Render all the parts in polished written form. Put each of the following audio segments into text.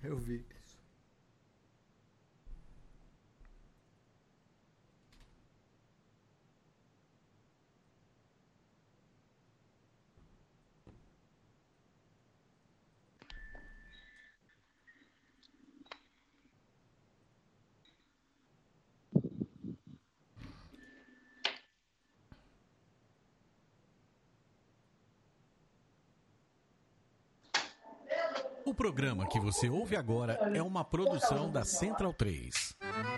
Eu vi. O programa que você ouve agora é uma produção da Central 3.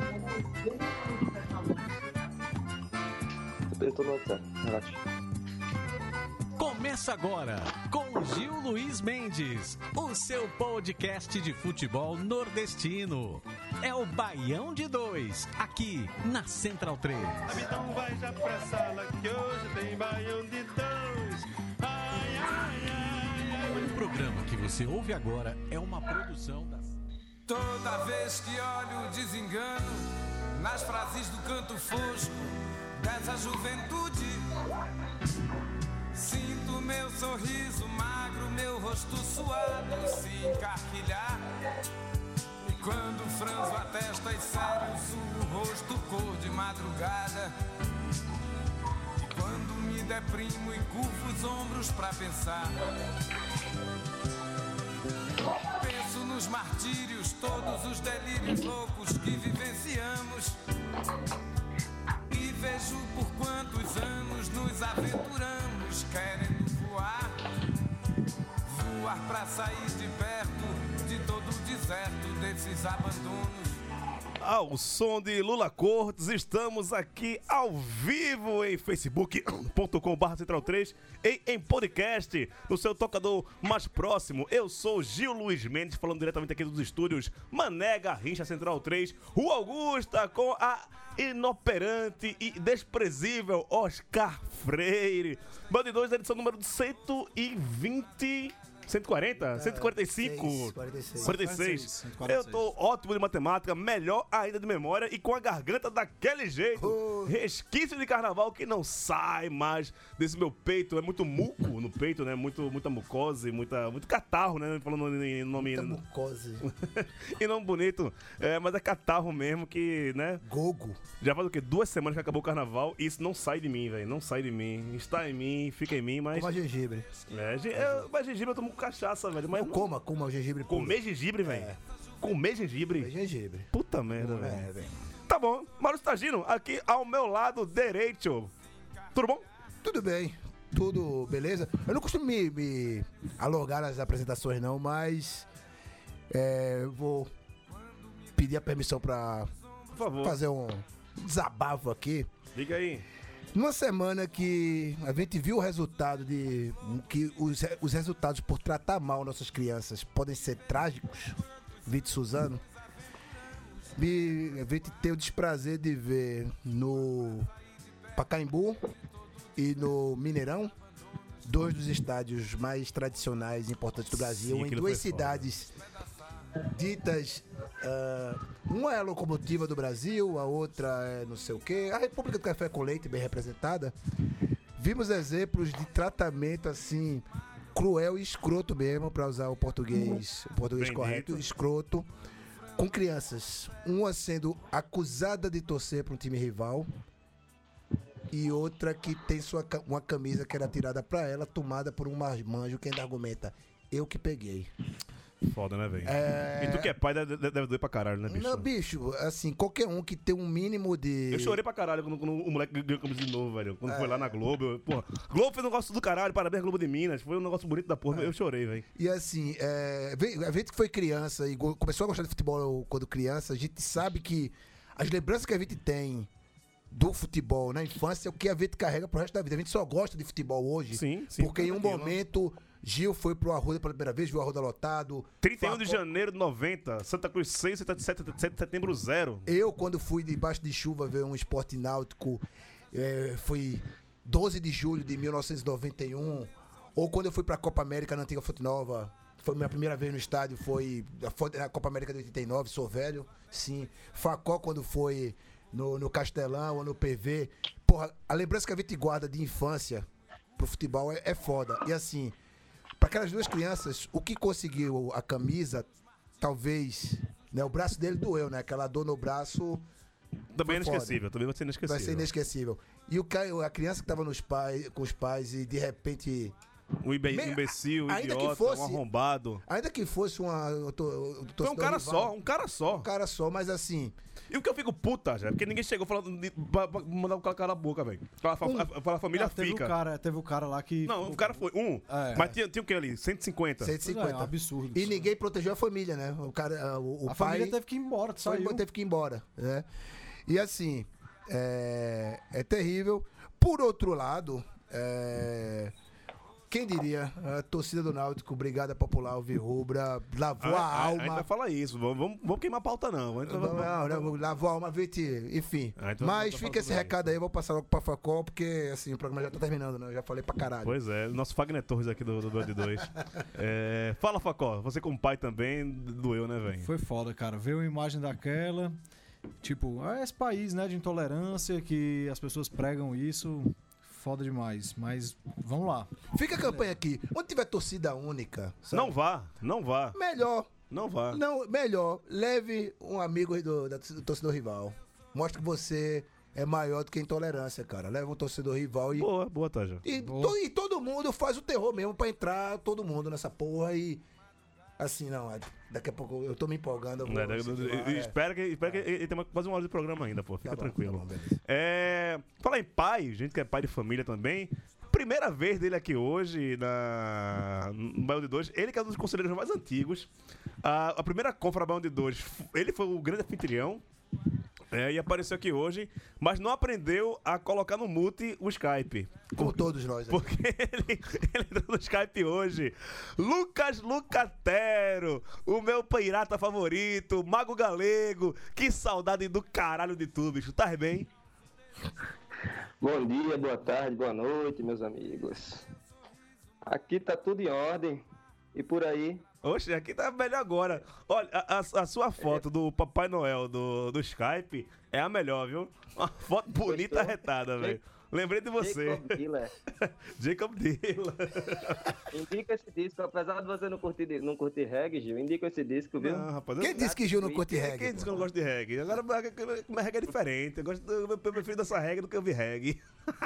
Eu tô no WhatsApp, relaxa. Começa agora com Gil Luiz Mendes, o seu podcast de futebol nordestino. É o Baião de 2, aqui na Central 3. Então vai já pra sala que hoje tem Baião de 2. Ai, ai, ai. O programa que você ouve agora é uma produção da... Toda vez que olho o desengano nas frases do canto fosco dessa juventude, sinto meu sorriso magro, meu rosto suado se encarquilhar. E quando franzo a testa e sério, suo o rosto cor de madrugada. E quando me deprimo e curvo os ombros pra pensar, penso nos martírios, todos os delírios loucos que vivenciamos. E vejo por quantos anos nos aventuramos, querendo voar. Voar pra sair de perto de todo o deserto desses abandonos. Ao som de Lula Cortes, estamos aqui ao vivo em facebook.com/central3 e em podcast no seu tocador mais próximo. Eu sou Gil Luiz Mendes, falando diretamente aqui dos estúdios Mané Garrincha Central 3, Rua Augusta, com a inoperante e desprezível Oscar Freire. Band 2, edição número 120... 140? 145? 46. Eu tô ótimo de matemática, melhor ainda de memória e com a garganta daquele jeito. Resquício de carnaval que não sai mais desse meu peito. É muito muco no peito, né? Muita mucose, muito catarro, né? Falando em nome... Muita mucose. E nome bonito. É, mas é catarro mesmo que, né? Gogo. Já faz o quê? 2 semanas que acabou o carnaval e isso não sai de mim, velho. Não sai de mim. Está em mim, fica em mim, mas... Coma gengibre. Mas gengibre eu tomo cachaça, velho. Mas Não coma o gengibre puro. Comer gengibre, velho? É. Comer gengibre? É gengibre. Puta merda, velho. É, velho. Tá bom. Maurício Tagino, aqui ao meu lado direito. Tudo bom? Tudo bem. Tudo beleza? Eu não costumo me alongar nas apresentações, não, mas vou pedir a permissão pra Por favor. fazer um desabafo aqui. Diga aí. Numa semana que a gente viu o resultado que os resultados por tratar mal nossas crianças podem ser trágicos, Vitor Suzano, a gente tem o desprazer de ver no Pacaembu e no Mineirão, 2 dos estádios mais tradicionais e importantes do Brasil, Sim, em aquilo 2 foi cidades ditas, uma é a locomotiva do Brasil, a outra é não sei o que, a República do Café com Leite bem representada. Vimos exemplos de tratamento assim cruel e escroto mesmo, para usar o português Bem correto, dito. escroto, com crianças, uma sendo acusada de torcer para um time rival e outra que tem uma camisa que era tirada para ela, tomada por um marmanjo que ainda argumenta: eu que peguei. Foda, né, velho? E tu que é pai deve doer pra caralho, né, bicho? Não, bicho, assim, qualquer um que tem um mínimo de... Eu chorei pra caralho quando o moleque ganhou camisa de novo, velho. Quando foi lá na Globo. Porra, Globo fez um negócio do caralho, parabéns, Globo de Minas. Foi um negócio bonito da porra. Eu chorei, velho. E assim, a gente que foi criança e começou a gostar de futebol quando criança, a gente sabe que as lembranças que a gente tem do futebol na infância é o que a gente carrega pro resto da vida. A gente só gosta de futebol hoje, Sim, porque em um daquilo. momento Gil foi pro Arruda pela primeira vez, viu o Arruda lotado. 31 de janeiro de 90, Santa Cruz 6, 7 de setembro 0. Eu, quando fui debaixo de chuva ver um esporte náutico, foi 12 de julho de 1991. Ou quando eu fui pra Copa América na antiga Fonte Nova, foi minha primeira vez no estádio, foi a Copa América de 89, sou velho, sim. Facó quando foi no Castelão ou no PV. Porra, a lembrança que a gente guarda de infância pro futebol é foda. E assim, para aquelas 2 crianças, o que conseguiu a camisa talvez, né, o braço dele doeu, né? Aquela dor no braço Também é foi foda. inesquecível, também vai ser inesquecível. Vai ser inesquecível. E a criança que tava com os pais e de repente... Um imbecil, um ainda que idiota, fosse- um arrombado. Ainda que fosse Foi um torcedor cara rival, só, um cara só. um cara só, mas assim... E o que eu fico puta, já, porque ninguém chegou falando pra mandar o cara calar a boca, velho. A família fica. Teve o cara lá que... Não, o cara foi um, mas tinha o que ali? 150. 150. É um absurdo. E ninguém protegeu a família, né? O cara, o A pai... família teve que ir embora, saiu. teve que ir embora, né? E assim, é terrível. Por outro lado, quem diria? A torcida do Náutico, Brigada Popular Alvirrubra, lavou a A gente alma. vai falar isso, vamos queimar a pauta não. A gente Não, lavou a alma, enfim. então Mas vamos fica falar esse sobre recado aí, eu vou passar logo pra Facol, porque assim, o programa já tá terminando, né? Eu já falei pra caralho. Pois é, nosso Fagner Torres aqui do Band 2. Fala, Facó, você como pai também doeu, né, velho? Foi foda, cara. Ver uma imagem daquela... Tipo, esse país, né, de intolerância, que as pessoas pregam isso... Foda demais, mas vamos lá. Fica a campanha aqui. Onde tiver torcida única, sabe? Não vá. Melhor. Não vá. Não, melhor, leve um amigo do torcedor rival. Mostre que você é maior do que a intolerância, cara. Leva um torcedor rival e. Boa, Taja. E todo mundo faz o terror mesmo pra entrar todo mundo nessa porra e. Assim, não, daqui a pouco eu tô me empolgando. Espera que ele tem quase uma hora de programa ainda, pô. Fica tranquilo. Tá bom, beleza. Falar em pai, gente que é pai de família também. Primeira vez dele aqui hoje no Baião de 2. Ele que é um dos conselheiros mais antigos. A primeira confra Baião de 2, ele foi o grande anfitrião. E apareceu aqui hoje, mas não aprendeu a colocar no mute o Skype. Como todos nós. Aqui. Porque ele entrou no Skype hoje. Lucas Lucatero, o meu pirata favorito, Mago Galego. Que saudade do caralho de tu, bicho. Tá bem? Bom dia, boa tarde, boa noite, meus amigos. Aqui tá tudo em ordem. E por aí? Oxe, aqui tá melhor agora. Olha, a sua foto do Papai Noel do Skype é a melhor, viu? Uma foto bonita arretada, velho. Lembrei de você. Jacob Dylan. Jacob Dylan. Indica esse disco, apesar de você não curtir reggae, Gil, indica esse disco, viu? Não, rapaz, Quem disse que Gil não curte Quem reggae? disse que eu não gosto de reggae? Agora, minha reggae é diferente. Eu prefiro dessa reggae do que ouvir reggae.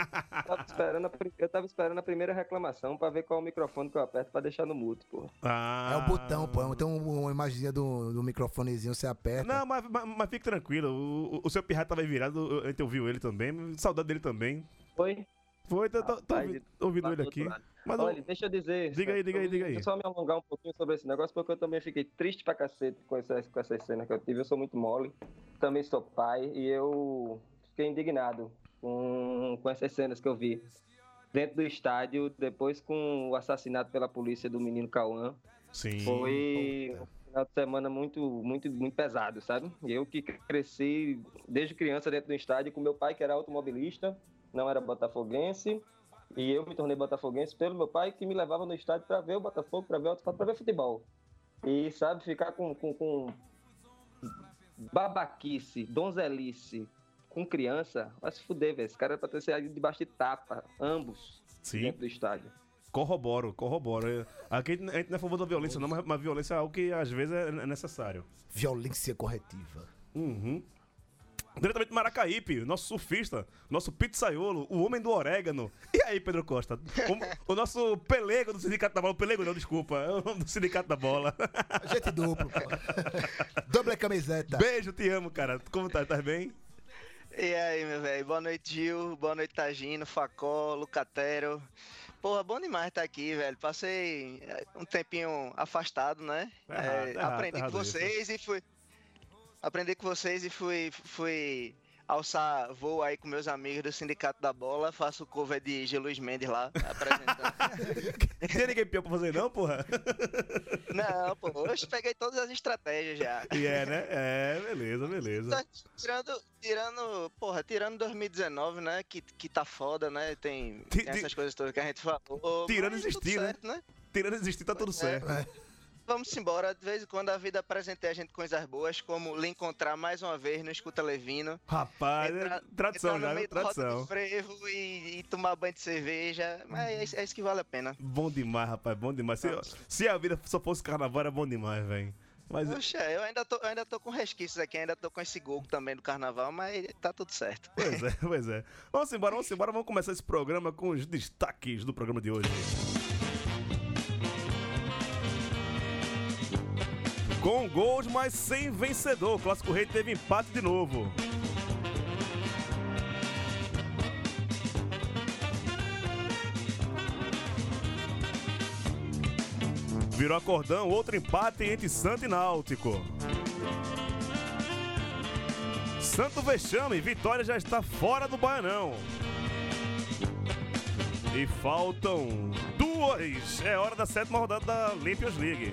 Eu tava esperando a primeira reclamação pra ver qual é o microfone que eu aperto pra deixar no mute, pô. É o botão, pô. Tem uma imagenzinha do microfonezinho, você aperta. Não, mas fique tranquilo. O seu pirata tava virado, a gente ouviu ele também. Saudade dele também. Foi? Foi, tô ouvindo ele aqui. Mas Olha, deixa eu dizer. Diga aí. Deixa eu só me alongar um pouquinho sobre esse negócio, porque eu também fiquei triste pra cacete com essa cena que eu tive. Eu sou muito mole, também sou pai, e eu fiquei indignado com essas cenas que eu vi dentro do estádio, depois com o assassinato pela polícia do menino Cauã. Sim. Foi um final de semana muito pesado, sabe? Eu que cresci desde criança dentro do estádio com meu pai, que era automobilista, não era botafoguense, e eu me tornei botafoguense pelo meu pai, que me levava no estádio para ver o Botafogo, para ver o Autosport, para ver futebol. E, sabe, ficar com babaquice, donzelice com criança, vai se fuder, velho. Esse cara era pra ter saído debaixo de tapa, ambos, dentro do estádio. Corroboro. Aqui a gente não é a favor da violência, não, mas violência é algo que às vezes é necessário. Violência corretiva. Uhum. Diretamente do Maracaípe, nosso surfista, nosso pizzaiolo, o homem do orégano. E aí, Pedro Costa? O nosso pelego do Sindicato da Bola. Pelego não, desculpa. É o nome do Sindicato da Bola. Gente duplo, pô. Doble camiseta. Beijo, te amo, cara. Como tá? Tá bem? E aí, meu velho? Boa noite, Gil. Boa noite, Tagino, Facó, Lucatero. Porra, bom demais estar aqui, velho. Passei um tempinho afastado, né? Aprendi com vocês e fui... Aprendi com vocês e fui alçar voo aí com meus amigos do Sindicato da Bola. Faço cover de Gil Luiz Mendes lá, apresentando. Tem ninguém pior pra fazer não, porra? Não, pô. Hoje peguei todas as estratégias já. Né? Beleza. Tirando 2019, né? Que tá foda, né? Tem essas coisas todas que a gente falou. Tirando existir, né? Tirando existir, tá tudo certo. Vamos embora, de vez em quando a vida apresenta a gente coisas boas, como lhe encontrar mais uma vez no Escuta Levino. Rapaz, tradição já, tradição. Do frevo e tomar banho de cerveja, mas é isso que vale a pena. Bom demais, rapaz, bom demais. Se a vida só fosse carnaval, era bom demais, velho. Mas... Poxa, eu ainda tô com resquícios aqui, ainda tô com esse gol também do carnaval, mas tá tudo certo. Pois é. Vamos embora, vamos começar esse programa com os destaques do programa de hoje. Com gols, mas sem vencedor. O Clássico Rei teve empate de novo. Virou acordão, outro empate entre Santo e Náutico. Santo vexame, Vitória já está fora do Baianão. E faltam 2. É hora da 7ª rodada da Champions League.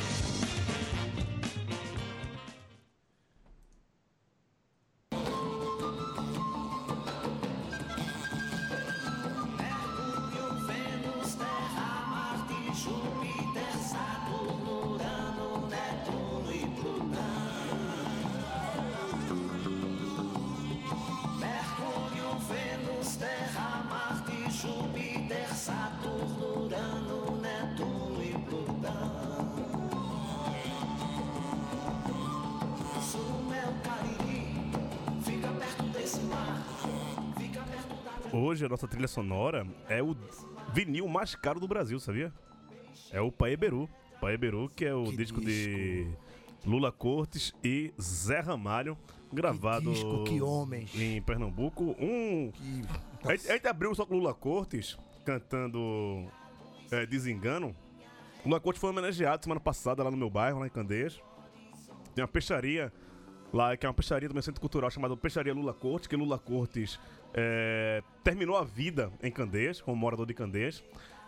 Hoje a nossa trilha sonora é o vinil mais caro do Brasil, sabia? É o Paeberu. Paeberu, que é o disco de Lula Cortes e Zé Ramalho, gravado que homens. Em Pernambuco. A gente abriu só com Lula Cortes cantando Desengano. Lula Cortes foi homenageado semana passada lá no meu bairro, lá em Candeias. Tem uma peixaria lá, que é uma peixaria do meu centro cultural chamada Peixaria Lula Cortes, que Lula Cortes terminou a vida em Candeias, como morador de Candeias.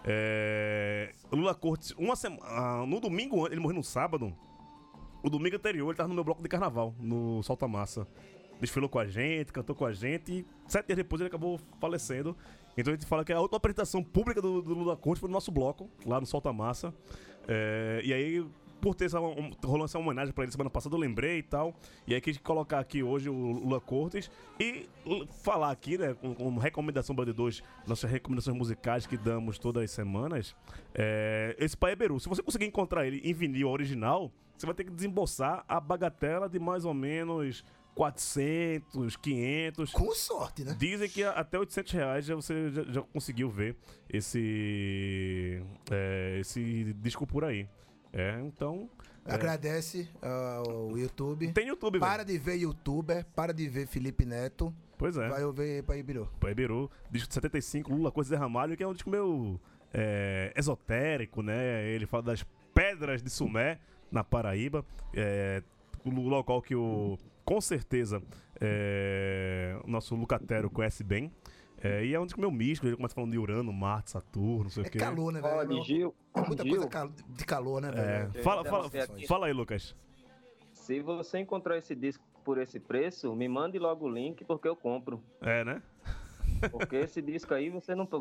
Lula Cortes, no domingo, ele morreu no sábado. O domingo anterior ele estava no meu bloco de carnaval, no Solta Massa. Desfilou com a gente, cantou com a gente e 7 dias depois ele acabou falecendo. Então a gente fala que a última apresentação pública do Lula Cortes foi no nosso bloco, lá no Solta Massa. E aí, por ter rolando essa homenagem pra ele semana passada, eu lembrei e tal. E aí quis colocar aqui hoje o Lula Cortes e falar aqui, né, como recomendação Band 2, nossas recomendações musicais que damos todas as semanas. Esse Paeberu, se você conseguir encontrar ele em vinil original, você vai ter que desembolsar a bagatela de mais ou menos 400, 500. Com sorte, né? Dizem que até R$800 você já conseguiu ver esse disco por aí. Então... Agradece ao YouTube. Tem YouTube, velho. Para de ver youtuber, para de ver Felipe Neto. Pois é. Vai ver Paeberu. Paeberu, disco de 75, Lula Cortes e Zé Ramalho, que é um disco meio esotérico, né? Ele fala das pedras de Sumé, na Paraíba. O local que com certeza o nosso Lucatero conhece bem. E é um disco meio místico, ele começa falando de Urano, Marte, Saturno, não sei o quê. É calor, né, velho? Olha, Gil. É muita coisa de calor, né, velho? Fala aí, Lucas. Se você encontrar esse disco por esse preço, me mande logo o link porque eu compro. Né? Porque esse disco aí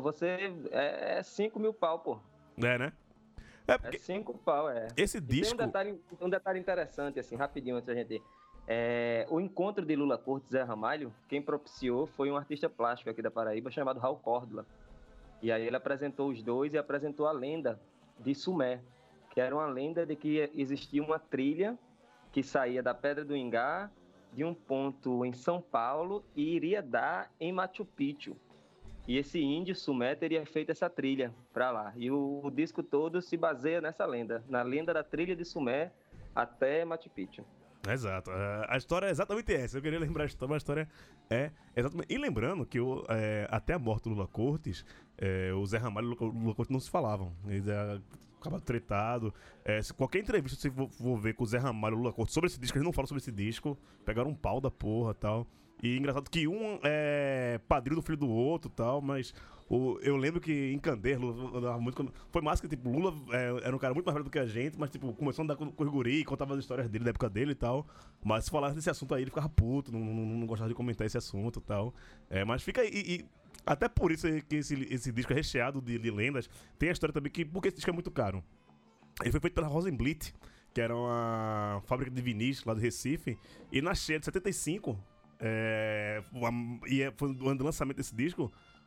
é 5 mil pau, pô. Né? É 5 pau, Esse disco... Tem um detalhe interessante, assim, rapidinho, antes da gente... o encontro de Lula Cortes e Zé Ramalho, quem propiciou foi um artista plástico aqui da Paraíba chamado Raul Córdoba. E aí ele apresentou os dois e apresentou a lenda de Sumé, que era uma lenda de que existia uma trilha que saía da Pedra do Ingá, de um ponto em São Paulo, e iria dar em Machu Picchu. E esse índio Sumé teria feito essa trilha para lá. E o disco todo se baseia nessa lenda, na lenda da trilha de Sumé até Machu Picchu. Exato. A história é exatamente essa. Eu queria lembrar a história, mas a história é exatamente... E lembrando que até a morte do Lula Cortes, o Zé Ramalho e o Lula Cortes não se falavam. Eles acabaram tretados. Qualquer entrevista que você for ver com o Zé Ramalho e o Lula Cortes sobre esse disco, eles não falam sobre esse disco. Pegaram um pau da porra e tal. E engraçado que um é padrinho do filho do outro e tal, mas... Eu lembro que em Candeias, foi mais que, tipo, Lula era um cara muito mais velho do que a gente, mas, tipo, começou a andar com os guri, contava as histórias dele, da época dele e tal. Mas se falasse desse assunto aí, ele ficava puto, não gostava de comentar esse assunto e tal. Mas fica aí, e até por isso que esse disco é recheado de lendas. Tem a história também porque esse disco é muito caro. Ele foi feito pela Rosenblit, que era uma fábrica de vinis lá do Recife, e na cheia de 75, foi o ano do lançamento desse disco,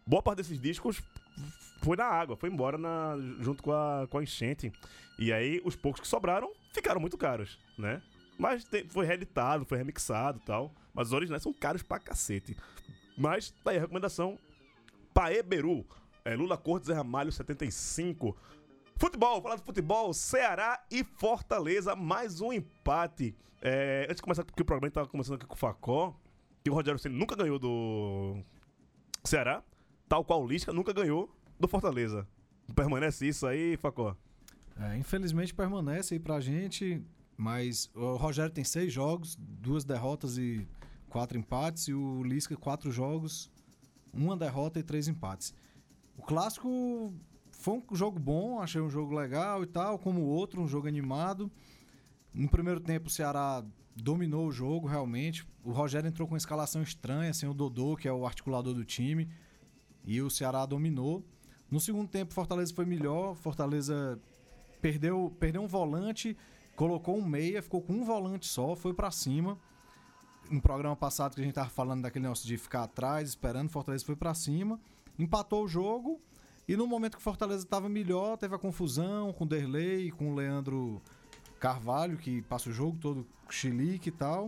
boa parte desses discos foi na água, foi embora junto com a enchente. E aí, os poucos que sobraram ficaram muito caros, né? Mas foi reeditado, foi remixado e tal. Mas os originais são caros pra cacete. Mas tá aí a recomendação. Paeberu, Lula Cortes e Ramalho 75. Futebol, falar de futebol, Ceará e Fortaleza, mais um empate. Antes de começar, porque o programa estava começando aqui com o Facó, que o Rogério Ceni nunca ganhou do Ceará, tal qual o Lisca nunca ganhou do Fortaleza. Permanece isso aí, Facó? Infelizmente permanece aí pra gente, mas o Rogério tem 6 jogos, 2 derrotas e 4 empates, e o Lisca 4 jogos, 1 derrota e 3 empates. O clássico foi um jogo bom, achei um jogo legal e tal, como o outro, um jogo animado. No primeiro tempo o Ceará dominou o jogo, realmente. O Rogério entrou com uma escalação estranha, sem o Dodô, que é o articulador do time, e o Ceará dominou. No segundo tempo o Fortaleza foi melhor, Fortaleza perdeu um volante, colocou um meia, ficou com um volante só, foi pra cima. No programa passado que a gente tava falando daquele negócio de ficar atrás, esperando, Fortaleza foi pra cima, empatou o jogo, e no momento que o Fortaleza tava melhor, teve a confusão com o Derlei, com o Leandro Carvalho, que passa o jogo todo chilique e tal.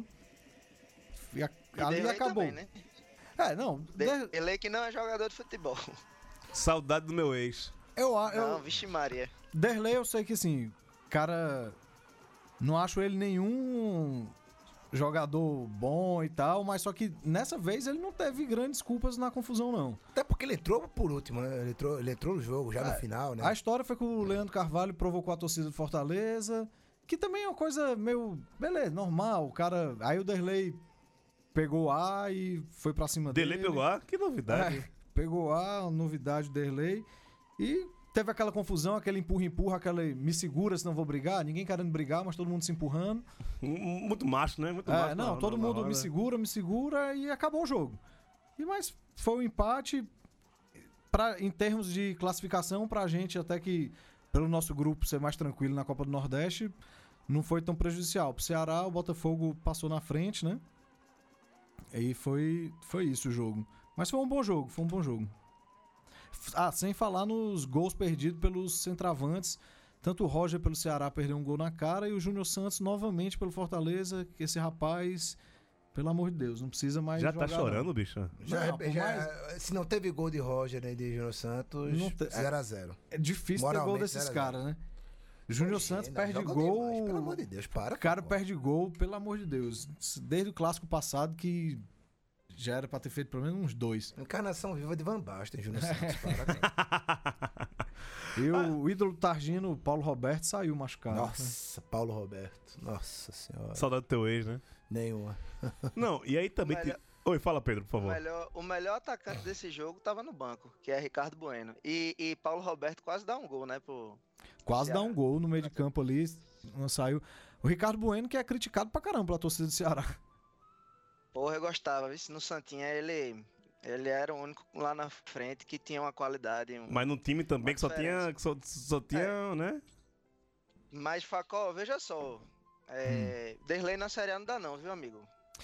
E ali acabou. Também, né? Não. Derlei que não é jogador de futebol. Saudade do meu ex. Não, vixe Maria. Derlei eu sei que assim, cara, não acho ele nenhum jogador bom e tal, mas só que nessa vez ele não teve grandes culpas na confusão, não. Até porque ele entrou por último, né? Ele entrou no jogo já no final, né? A história foi que o Leandro Carvalho provocou a torcida do Fortaleza, que também é uma coisa meio, beleza, normal. O cara, aí o Derlei pegou A e foi pra cima dele. Derlei pegou A? Que novidade. Pegou A, novidade do Derlei, e teve aquela confusão, aquele empurra, aquela me segura, senão vou brigar. Ninguém querendo brigar, mas todo mundo se empurrando. Muito macho, né? Muito macho. Todo mundo me segura e acabou o jogo. Mas foi um empate. Em termos de classificação, pra gente, até que pelo nosso grupo ser mais tranquilo na Copa do Nordeste, não foi tão prejudicial. Pro Ceará, o Botafogo passou na frente, né? E foi isso o jogo. Mas foi um bom jogo. Sem falar nos gols perdidos pelos centroavantes. Tanto o Roger pelo Ceará perdeu um gol na cara, e o Júnior Santos novamente pelo Fortaleza. Que esse rapaz, pelo amor de Deus, não precisa mais já jogar. Já tá chorando, bicho? Se não teve gol de Roger nem de Júnior Santos, 0-0. É difícil ter gol desses caras, né? Júnior Santos perde gol. Demais, pelo amor de Deus, para. O cara perde gol, pelo amor de Deus. Desde o clássico passado, que já era pra ter feito pelo menos uns 2. Encarnação viva de Van Basten, Júnior Santos. Para. E o ídolo Targino, Paulo Roberto, saiu machucado. Nossa, Paulo Roberto. Nossa senhora. Saudade do teu ex, né? Nenhuma. Não, e aí também tem... Oi, fala, Pedro, por favor. O melhor atacante desse jogo tava no banco, que é Ricardo Bueno. E Paulo Roberto quase dá um gol, né? Quase dá um gol no meio de campo ali. Não saiu. O Ricardo Bueno, que é criticado pra caramba pela torcida do Ceará. Porra, eu gostava, viu? No Santinha ele era o único lá na frente que tinha uma qualidade. Mas no time também que só tinha, né? Mas, Facó, veja só. Derlei na Série A não dá não, viu, amigo?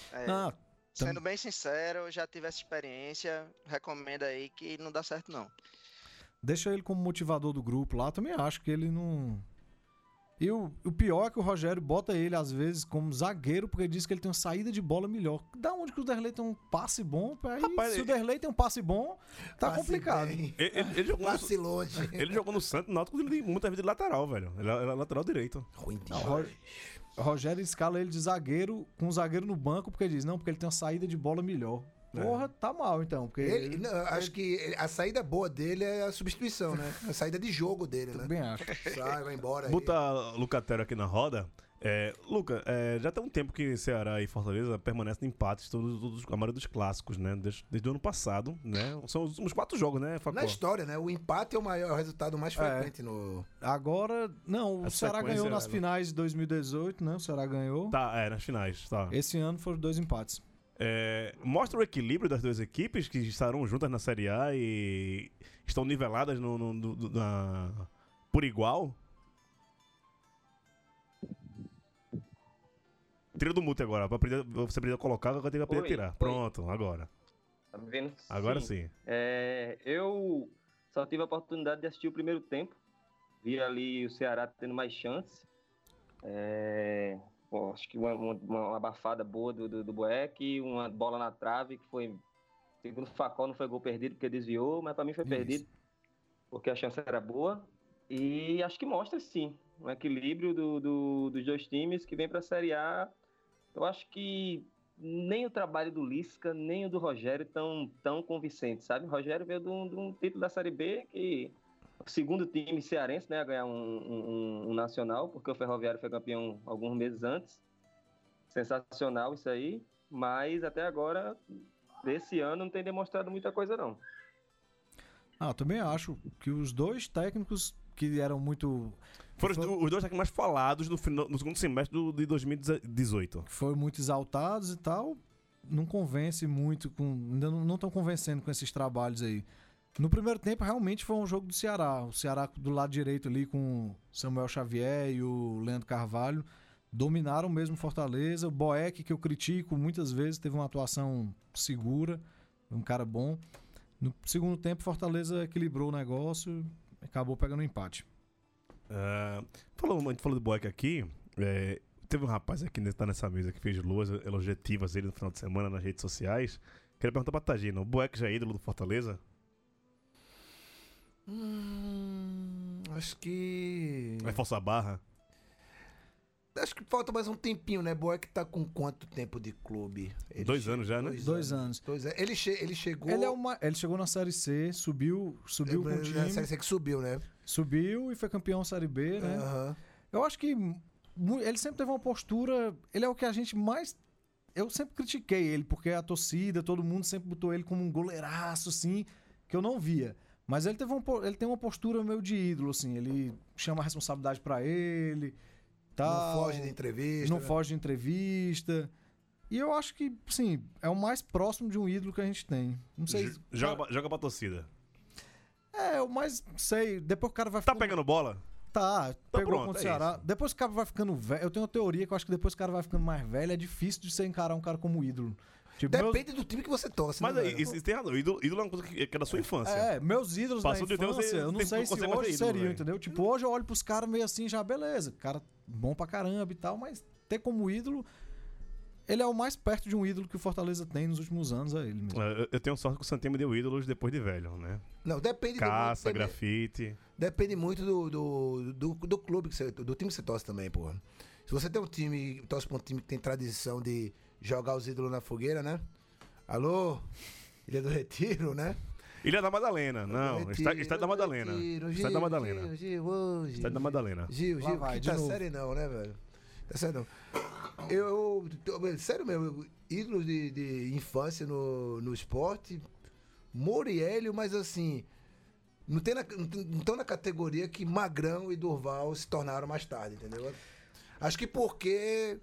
Sendo bem sincero, eu já tive essa experiência. Recomendo aí que não dá certo, não. Deixa ele como motivador do grupo lá. Também acho que ele não... E o pior é que o Rogério bota ele, às vezes, como zagueiro, porque ele diz que ele tem uma saída de bola melhor. Da onde que o Derlei tem um passe bom? Aí, rapaz, se o Derlei tem um passe bom, tá complicado. Ele jogou passe longe. Ele jogou no Santos, no Náutico, ele tem muita vida de lateral, velho. Ele é lateral direito. Ruim demais. O Rogério escala ele de zagueiro, com um zagueiro no banco, porque ele diz, não, porque ele tem uma saída de bola melhor. Porra, tá mal então. Porque acho que a saída boa dele é a substituição, né? A saída de jogo dele, né? Também acho. Sai, vai embora. Bota Lucatero aqui na roda. Luca, já tem um tempo que Ceará e Fortaleza permanecem em empates, a maioria dos clássicos, né? Desde o ano passado, né? São os 4 jogos, né, Facó? Na história, né? O empate é o resultado mais frequente no... Agora, não, o Ceará ganhou nas finais de 2018, né? O Ceará ganhou. Tá, nas finais, tá. Esse ano foram 2 empates. Mostra o equilíbrio das duas equipes que estarão juntas na Série A e estão niveladas por igual. Tira do mute agora. Você precisa colocar, agora tem que aprender a tirar. Pronto, agora. Tá me vendo? Agora sim. Eu só tive a oportunidade de assistir o primeiro tempo. Vi ali o Ceará tendo mais chance. Acho que uma abafada boa do Boeck, uma bola na trave que foi, segundo o Facol, não foi gol perdido porque desviou, mas para mim foi perdido porque a chance era boa. E acho que mostra sim um equilíbrio dos dois times que vem para a Série A. Eu acho que nem o trabalho do Lisca nem o do Rogério tão convincente, sabe? O Rogério veio de um título da Série B, que o segundo time cearense, né, a ganhar um nacional, porque o Ferroviário foi campeão alguns meses antes. Sensacional isso aí, mas até agora, desse ano, não tem demonstrado muita coisa, não. Eu também acho que os dois técnicos que eram muito... Foram os dois técnicos mais falados no segundo semestre de 2018. Foram muito exaltados e tal, não convence muito, ainda não estão convencendo com esses trabalhos aí. No primeiro tempo, realmente foi um jogo do Ceará. O Ceará do lado direito ali com Samuel Xavier e o Leandro Carvalho dominaram mesmo Fortaleza. O Boeck, que eu critico muitas vezes, teve uma atuação segura, um cara bom. No segundo tempo, Fortaleza equilibrou o negócio e acabou pegando um empate. A gente falou do Boeck aqui. Teve um rapaz aqui que tá nessa mesa que fez loas elogiativas ele no final de semana nas redes sociais. Queria perguntar pra Tagina, o Boeck já é ídolo do Fortaleza? Acho que... Vai forçar a barra? Acho que falta mais um tempinho, né? Boeck tá com quanto tempo de clube? 2 anos já, né? 2 anos. Ele chegou... Ele chegou na Série C, subiu com o time. Na Série C que subiu, né? Subiu e foi campeão Série B, né? Uhum. Eu acho que ele sempre teve uma postura... Ele é o que a gente mais... Eu sempre critiquei ele, porque a torcida, todo mundo sempre botou ele como um goleiraço, assim, que eu não via. Mas ele tem uma postura meio de ídolo, assim. Ele chama a responsabilidade pra ele, tal. Não foge de entrevista. Não foge de entrevista. E eu acho que, sim, é o mais próximo de um ídolo que a gente tem. Não sei... Joga pra torcida. Eu mais sei. Depois o cara vai Tá pegando bola? Tá, pegou pronto, contra o Ceará. Depois o cara vai ficando velho. Eu tenho uma teoria que eu acho que depois o cara vai ficando mais velho, é difícil de você encarar um cara como ídolo. Tipo, Depende do time que você torce, mas né? aí, isso tem razão. Ídolo é uma coisa que é da sua infância. Meus ídolos Passou da de tempo, infância, eu não sei se consegue mais hoje ídolo, seriam, velho. entendeu? Tipo, hoje eu olho pros caras meio assim, já beleza. Cara bom pra caramba e tal, mas ter como ídolo, ele é o mais perto de um ídolo que o Fortaleza tem nos últimos anos, é ele mesmo. Eu tenho sorte que o Santinho me deu ídolos depois de velho, né? Não, depende Caça, grafite. Depende muito do clube, do time que você torce também, porra. Se você tem um time, torce pra um time que tem tradição de jogar os ídolos na fogueira, né? Alô? Ilha do Retiro, né? Ilha da Madalena, não. Estádio da Madalena. Estádio da Madalena. Estádio da Madalena. Gil, quinta série não, né, velho? Tá sério não. Sério mesmo, ídolos de infância no esporte, Murielio, mas assim, não estão na categoria que Magrão e Durval se tornaram mais tarde, entendeu? Acho que porque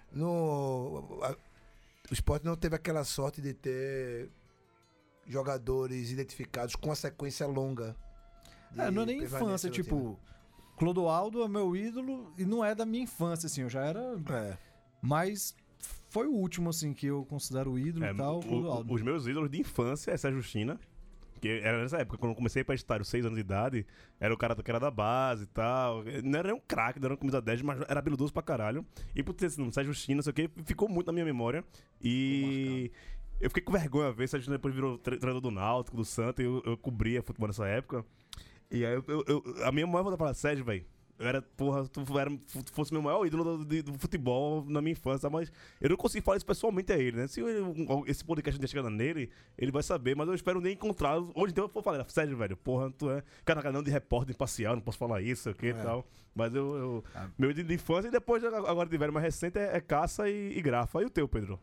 o esporte não teve aquela sorte de ter jogadores identificados com a sequência longa. Não é nem infância, tipo, Clodoaldo é meu ídolo e não é da minha infância, assim, eu já era... Mas foi o último, assim, que eu considero ídolo e tal, Clodoaldo. Os meus ídolos de infância é Sérgio China, que era nessa época, quando eu comecei pra estádio, 6 anos de idade, era o cara que era da base e tal, não era um craque, não era um camisa 10, mas era habilidoso pra caralho. E por ter sido Sérgio China, não sei o que, ficou muito na minha memória. E eu fiquei com vergonha a ver, Sérgio China depois virou treinador do Náutico, do Santos, e eu cobria futebol nessa época. E aí a minha maior vontade de falar, Sérgio, velho, tu fosse meu maior ídolo do futebol na minha infância, mas eu não consigo falar isso pessoalmente a ele, né? Se esse podcast não chegando nele, ele vai saber, mas eu espero nem encontrá-lo. Hoje então eu vou falar, Sérgio, velho, porra, tu é canal de repórter imparcial, não posso falar isso, sei o que e tal. Mas meu ídolo de infância e depois, agora de velho mais recente, é caça e grafa. E o teu, Pedro?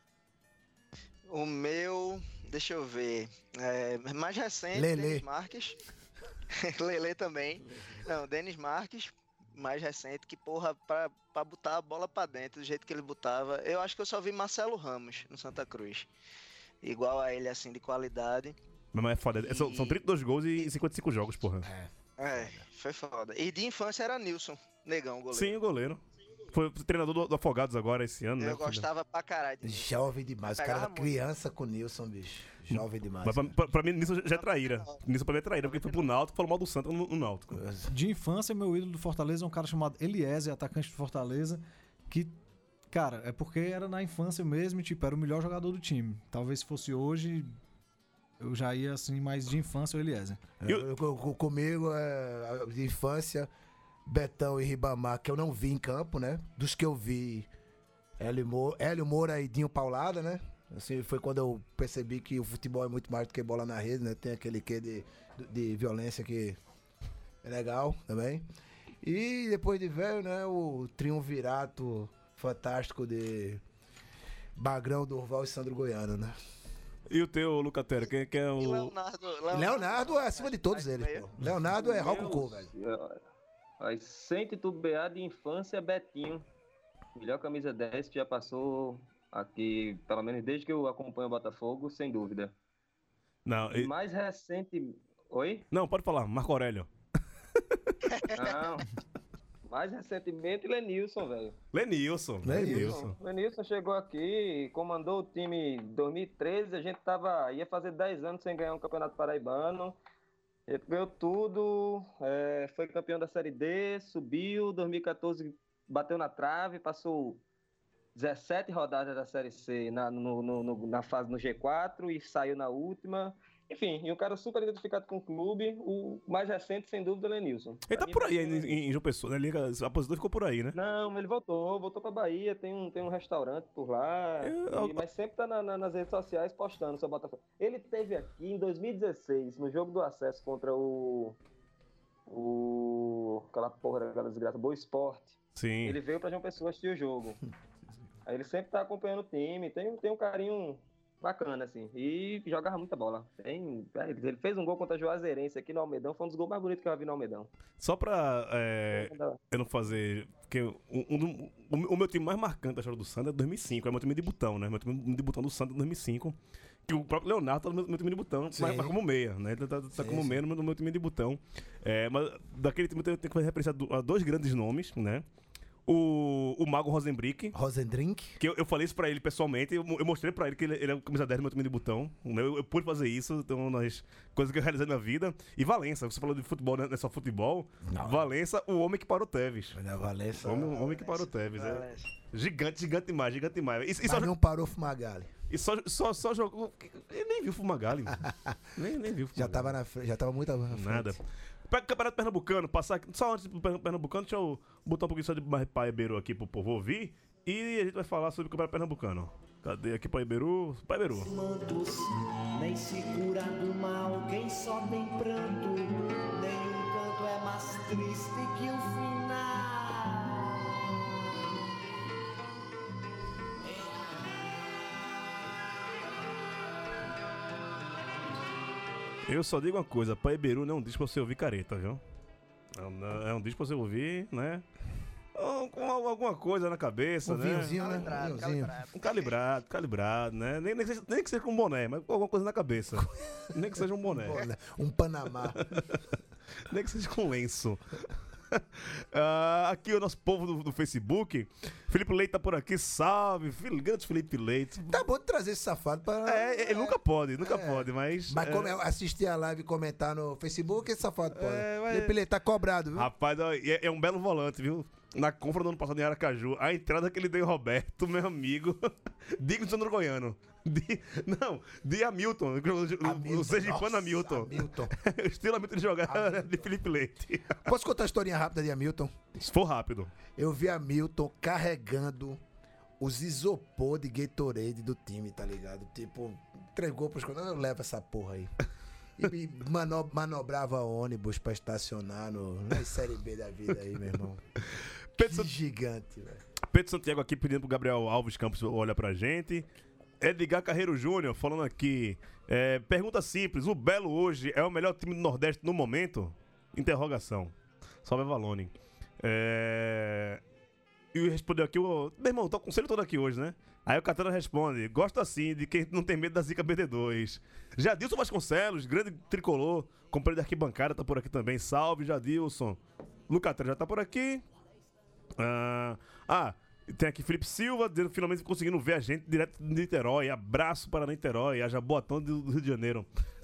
O meu, deixa eu ver, mais recente, Lelê. Denis Marques. Lelê também. Não, Denis Marques, mais recente, que porra, pra botar a bola pra dentro, do jeito que ele botava. Eu acho que eu só vi Marcelo Ramos no Santa Cruz. Igual a ele, assim, de qualidade. Mas é foda, são 32 gols e 55 jogos, porra. Foi foda. E de infância era Nilson, Negão, o goleiro. Sim, o goleiro. Foi treinador do Afogados agora esse ano, né? Eu gostava pra caralho. Jovem demais. O cara Pegava era criança com o Nilson, bicho. Jovem demais. Mas pra mim, nisso já é traíra. Nisso pra mim é traíra, porque foi pro Náutico e falou mal do Santa no Náutico. De infância, meu ídolo do Fortaleza é um cara chamado Eliezer, atacante do Fortaleza, que, cara, é porque era na infância mesmo e, tipo, era o melhor jogador do time. Talvez se fosse hoje, eu já ia, assim, mais de infância o Eliezer. Comigo, de infância, Betão e Ribamar, que eu não vi em campo, né? Dos que eu vi, Hélio Moura e Dinho Paulada, né? Assim, foi quando eu percebi que o futebol é muito mais do que bola na rede, né? Tem aquele quê de violência que é legal também. E depois de velho, né? O triunvirato fantástico de Bagrão, Durval e Sandro Goiano, né? E o teu, Lucatero, quem é o... Leonardo é acima de todos eles, pô. Leonardo é Rococô, velho. Sem titubear de infância, Betinho. Melhor camisa 10 que já passou aqui, pelo menos desde que eu acompanho o Botafogo, sem dúvida. Não, e mais recente... Oi? Não, pode falar, Marco Aurélio. Não. Mais recentemente, Lenilson, velho. Lenilson chegou aqui, comandou o time em 2013, a gente ia fazer 10 anos sem ganhar um campeonato paraibano. Ele ganhou tudo, foi campeão da Série D, subiu, 2014 bateu na trave, passou 17 rodadas da Série C na fase no G4 e saiu na última. Enfim, e um cara super identificado com o clube, o mais recente, sem dúvida, é o Lenilson. Ele tá por aí em João Pessoa, né? Ele aposentou e ficou por aí, né? Não, ele voltou pra Bahia, tem um restaurante por lá, mas sempre tá nas redes sociais postando seu Botafogo. Ele teve aqui em 2016, no jogo do acesso contra aquela desgraça, Boa Esporte. Sim. Ele veio pra João Pessoa assistir o jogo. Aí ele sempre tá acompanhando o time, tem um carinho bacana, assim, e jogava muita bola. Ele fez um gol contra a Juazeirense aqui no Almedão, foi um dos gols mais bonitos que eu vi no Almedão. Só pra eu não fazer... Porque o meu time mais marcante da história do Santa é 2005, é o meu time de botão, né? Meu time de botão do Santa é 2005, que o próprio Leonardo tá no meu time de botão, mas como meia, né? Ele tá como meia no meu time de botão. Mas daquele time eu tenho que fazer referência a dois grandes nomes, né? O Mago Rosenbrink. Que eu falei isso pra ele pessoalmente. Eu mostrei pra ele que ele é o camisa 10 do meu time de botão. Né? Eu pude fazer isso. Então, uma das coisas que eu realizei na vida. E Valença. Você falou de futebol, não é só futebol. Não. Valença, o homem que parou Tevez. Valença. O homem que parou Tevez. Gigante demais. Mas não parou Fumagalli. E só jogou... Ele nem viu Fumagalli. nem viu Fumagalli. Já tava muito à frente. Nada. Campeonato Pernambucano, passar aqui, só antes do Pernambucano, deixa eu botar um pouquinho só de Paiberu aqui pro povo ouvir e a gente vai falar sobre o Campeonato Pernambucano. Cadê aqui Paiberu? Mantos, nem se cura do mal, quem só tem pranto, nenhum canto é mais triste que o final. Eu só digo uma coisa, Paiberu não é um disco pra você ouvir careta, viu? É um disco pra você ouvir, né? Com alguma coisa na cabeça, né? Vinhozinho, né? Calibrado, né? Nem que seja com um boné, mas com alguma coisa na cabeça. Nem que seja um boné. Um Panamá. Nem que seja com lenço. Aqui o nosso povo do Facebook. Felipe Leite tá por aqui, salve, grande Felipe Leite. Tá bom de trazer esse safado pra... Ele nunca pode, mas... Mas assistir a live e comentar no Facebook, esse safado pode. Felipe Leite tá cobrado, viu? Rapaz, é um belo volante, viu? Na compra do ano passado em Aracaju, a entrada que ele deu em Roberto, meu amigo, digno de Sandro Goiano. De Hamilton, o sergipano Hamilton. O estilo Hamilton de jogar de Felipe Leite. Posso contar a historinha rápida de Hamilton? Se for rápido. Eu vi Hamilton carregando os isopor de Gatorade do time, tá ligado? Tipo, entregou pros colegas, eu levo essa porra aí. E manobrava ônibus pra estacionar na Série B da vida aí, meu irmão. Gigante, velho. Pedro Santiago aqui pedindo pro Gabriel Alves Campos olhar pra gente. Edgar Carreiro Júnior falando aqui. Pergunta simples: o Belo hoje é o melhor time do Nordeste no momento? Interrogação. Salve Valone. E respondeu aqui: meu irmão, tô com o conselho todo aqui hoje, né? Aí o Catana responde: gosto assim de quem não tem medo da zica BD2. Jadilson Vasconcelos, grande tricolor, companheiro de arquibancada, tá por aqui também. Salve, Jadilson. Lucatera já tá por aqui. Tem aqui Felipe Silva, dizendo, finalmente conseguindo ver a gente direto de Niterói. Abraço para Niterói, haja Boatão do Rio de Janeiro.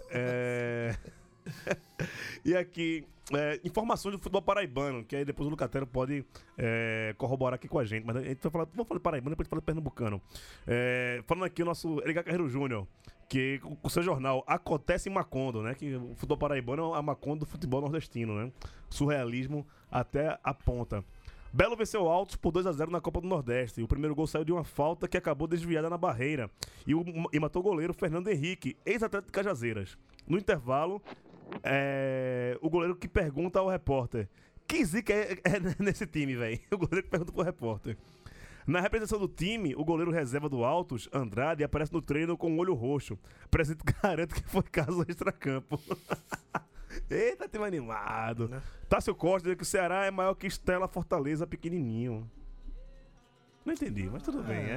E aqui, informações do futebol paraibano, que aí depois o Lucatero pode corroborar aqui com a gente. Mas a gente vai falar, vamos falar de paraibano, depois a gente fala de pernambucano. Falando aqui o nosso Edgar Carreiro Júnior, que o seu jornal acontece em Macondo, né? Que o futebol paraibano é a Macondo do futebol nordestino, né? Surrealismo até a ponta. Belo venceu o Altos por 2-0 na Copa do Nordeste. O primeiro gol saiu de uma falta que acabou desviada na barreira e matou o goleiro Fernando Henrique, ex-atleta de Cajazeiras. No intervalo, o goleiro que pergunta ao repórter: que zica é nesse time, velho? O goleiro que pergunta pro repórter. Na representação do time, o goleiro reserva do Altos, Andrade, aparece no treino com um olho roxo. O presidente garante que foi caso extracampo. Eita, time animado. Tássio Costa diz que o Ceará é maior que Estela Fortaleza pequenininho. Não entendi, mas tudo bem.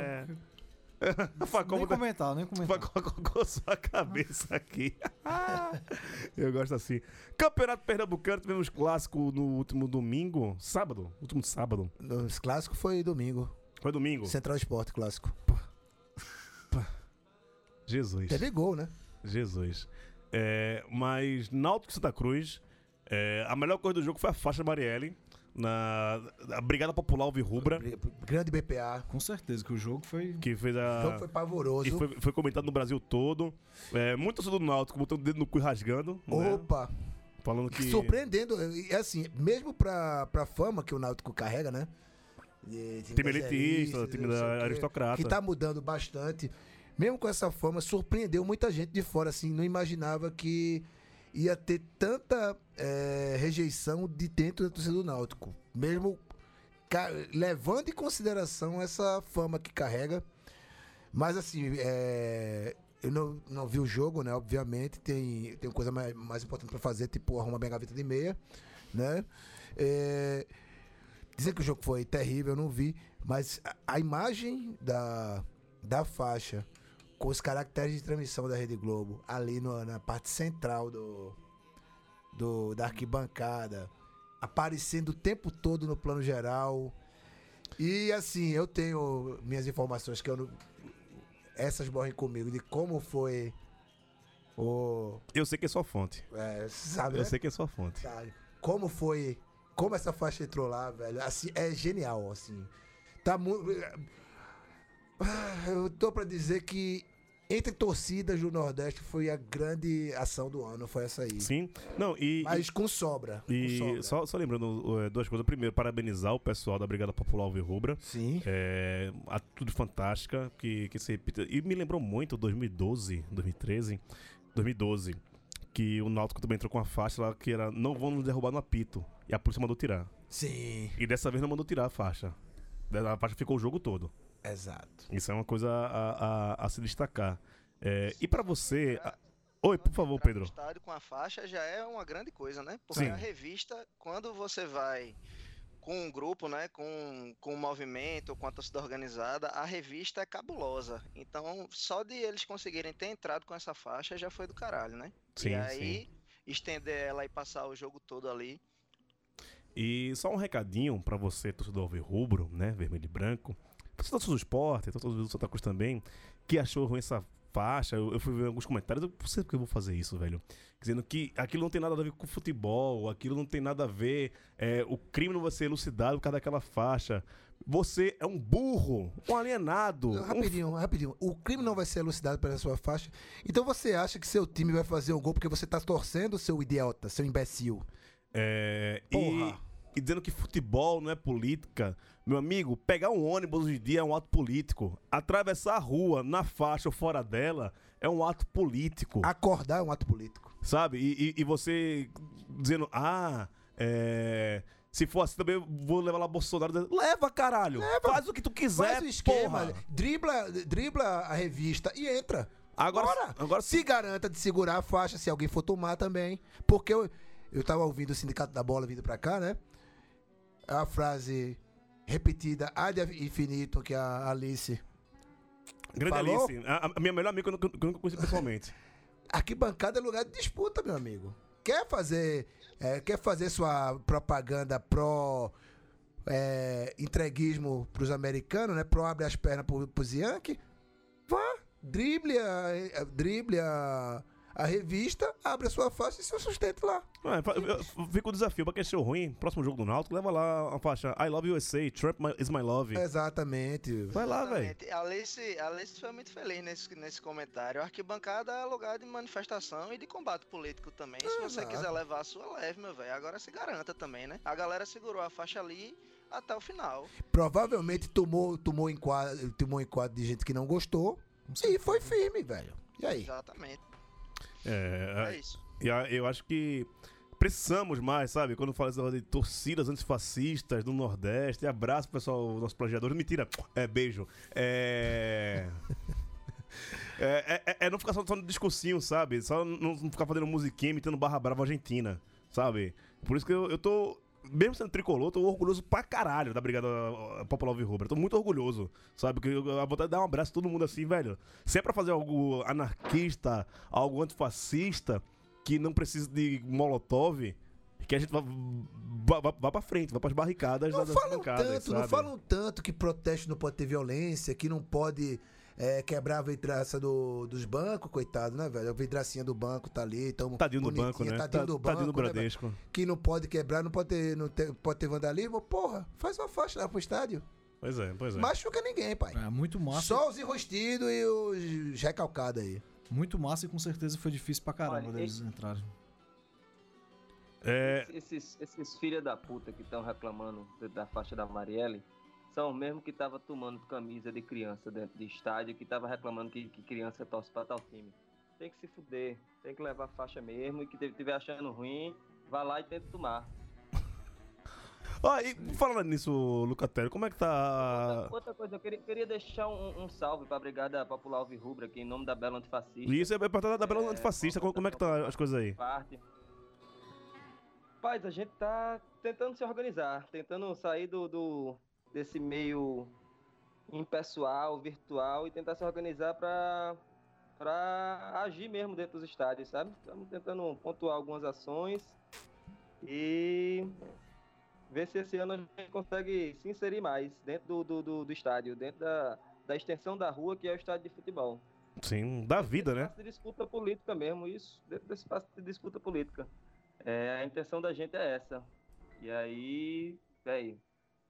Nem comentar. Coçou a cabeça aqui. Eu gosto assim. Campeonato Pernambucano, tivemos clássico no último domingo. Último sábado. Os clássicos foi domingo. Foi domingo? Central Esporte, clássico. Jesus. Teve gol, né? Jesus. Mas Náutico e Santa Cruz, a melhor coisa do jogo foi a faixa Marielle, a Brigada Popular Alvirrubra. Grande BPA. Com certeza que o jogo foi... Que fez O jogo foi pavoroso. E foi comentado no Brasil todo. Muito torcedor do Náutico botando o dedo no cu e rasgando. Opa! Né? Falando que... Surpreendendo. E assim, mesmo pra fama que o Náutico carrega, né? Time elitista, time da aristocrata. Que tá mudando bastante. Mesmo com essa fama, surpreendeu muita gente de fora, assim, não imaginava que ia ter tanta rejeição de dentro da torcida do Náutico. Mesmo levando em consideração essa fama que carrega. Mas, assim, eu não vi o jogo, né, obviamente, tem coisa mais importante pra fazer, tipo arrumar bem a gaveta de meia, né. Dizem que o jogo foi terrível, eu não vi, mas a imagem da faixa com os caracteres de transmissão da Rede Globo ali na parte central da arquibancada, aparecendo o tempo todo no plano geral. E assim, eu tenho minhas informações que essas morrem comigo, de como foi Eu sei que é sua fonte. Sabe, Eu né? sei que é sua fonte. Tá. Como essa faixa entrou lá, velho, assim, é genial, assim. Tá muito... Eu tô pra dizer que entre torcidas do Nordeste foi a grande ação do ano, foi essa aí. Sim. Não, mas com sobra. E só lembrando duas coisas. Primeiro, parabenizar o pessoal da Brigada Popular Alvirrubra. Sim. Atitude fantástica que se repita. E me lembrou muito 2012, que o Náutico também entrou com uma faixa lá que era: não vão nos derrubar no apito. E a polícia mandou tirar. Sim. E dessa vez não mandou tirar a faixa. A faixa ficou o jogo todo. Exato. Isso é uma coisa a se destacar. E pra você... Oi, por favor, Pedro. O estádio com a faixa já é uma grande coisa, né? Porque Sim. A revista, quando você vai com um grupo, né? Com um movimento, com a torcida organizada, a revista é cabulosa. Então, só de eles conseguirem ter entrado com essa faixa já foi do caralho, né? Sim, e aí, sim. Estender ela e passar o jogo todo ali. E só um recadinho pra você, torcedor alvirrubro, né? Vermelho e branco. Torcedor do esporte, torcedor do Santa Cruz também, que achou ruim essa faixa. Eu fui ver alguns comentários. Eu não sei porque eu vou fazer isso, velho. Dizendo que aquilo não tem nada a ver com futebol, aquilo não tem nada a ver. O crime não vai ser elucidado por causa daquela faixa. Você é um burro, um alienado. Rapidinho. O crime não vai ser elucidado pela sua faixa. Então você acha que seu time vai fazer um gol porque você tá torcendo, seu idiota, seu imbecil? Porra. E dizendo que futebol não é política. Meu amigo, pegar um ônibus hoje em dia é um ato político. Atravessar a rua na faixa ou fora dela é um ato político. Acordar é um ato político. Sabe? E você dizendo, se for assim também vou levar lá Bolsonaro. Leva, caralho! Faz o que tu quiser, faz o esquema, porra! Dribla a revista e entra. Agora se garanta de segurar a faixa se alguém for tomar também. Porque eu tava ouvindo o Sindicato da Bola vindo pra cá, né? A frase repetida ad infinito que a Alice Grande falou. Alice, a minha melhor amiga que eu nunca conheci pessoalmente. Arquibancada é lugar de disputa, meu amigo. Quer fazer sua propaganda pró entreguismo pros americanos, né? Abre as pernas pros Yankees. Vá, drible a revista, abre a sua faixa e seu sustento lá. Fica o desafio pra quem achou ruim, próximo jogo do Náutico, leva lá a faixa I Love USA, Trump is my love. Exatamente. Vai lá, velho. A Alice foi muito feliz nesse comentário. A arquibancada é lugar de manifestação e de combate político também. Se você quiser levar a sua, leve, meu velho. Agora se garanta também, né? A galera segurou a faixa ali até o final. Provavelmente tomou enquadro de gente que não gostou e foi firme, velho. E aí? Exatamente. É isso. Eu acho que precisamos mais, sabe? Quando fala de torcidas antifascistas do Nordeste. Abraço, pessoal, nossos plagiadores. Mentira, beijo. Não ficar só no discursinho, sabe? Só não ficar fazendo musiquinha imitando Barra Brava Argentina, sabe? Por isso que eu tô, mesmo sendo tricolor, tô orgulhoso pra caralho da Brigada Popular Alvirrubra. Tô muito orgulhoso, sabe? Porque a vontade de dar um abraço a todo mundo assim, velho. Se é pra fazer algo anarquista, algo antifascista, que não precisa de molotov, que a gente vá pra frente, vá pras barricadas das bancadas, sabe? Não falam tanto que protesto não pode ter violência, que não pode quebrar a vidraça dos bancos, coitado, né, velho? A vidracinha do banco tá ali, tão tadinho do banco, né? Tadinho do banco, do Bradesco. Né, que não pode quebrar, não pode ter vandalismo. Porra, faz uma faixa lá pro estádio. Pois é. Machuca ninguém, pai. É muito massa. Só os enrostidos e os recalcados aí. Muito massa e com certeza foi difícil pra caramba deles entrarem. Esses filha da puta que estão reclamando da faixa da Marielle são o mesmo que tava tomando camisa de criança dentro de estádio, que tava reclamando que criança torce pra tal time. Tem que se fuder, tem que levar faixa mesmo, e que estiver achando ruim, vá lá e tenta tomar. E falando nisso, Lucatelli, como é que tá... Outra coisa, eu queria deixar um salve pra Brigada Popular Alvirrubra aqui, em nome da Bela Antifascista. Isso, é pra da Bela Antifascista, como é que tá as coisas aí? Rapaz, a gente tá tentando se organizar, tentando sair desse meio impessoal, virtual, e tentar se organizar pra agir mesmo dentro dos estádios, sabe? Estamos tentando pontuar algumas ações e ver se esse ano a gente consegue se inserir mais dentro do estádio, dentro da extensão da rua, que é o estádio de futebol. Sim, da vida, né? Espaço de disputa política mesmo, isso, dentro desse espaço de disputa política. A intenção da gente é essa. E aí, velho,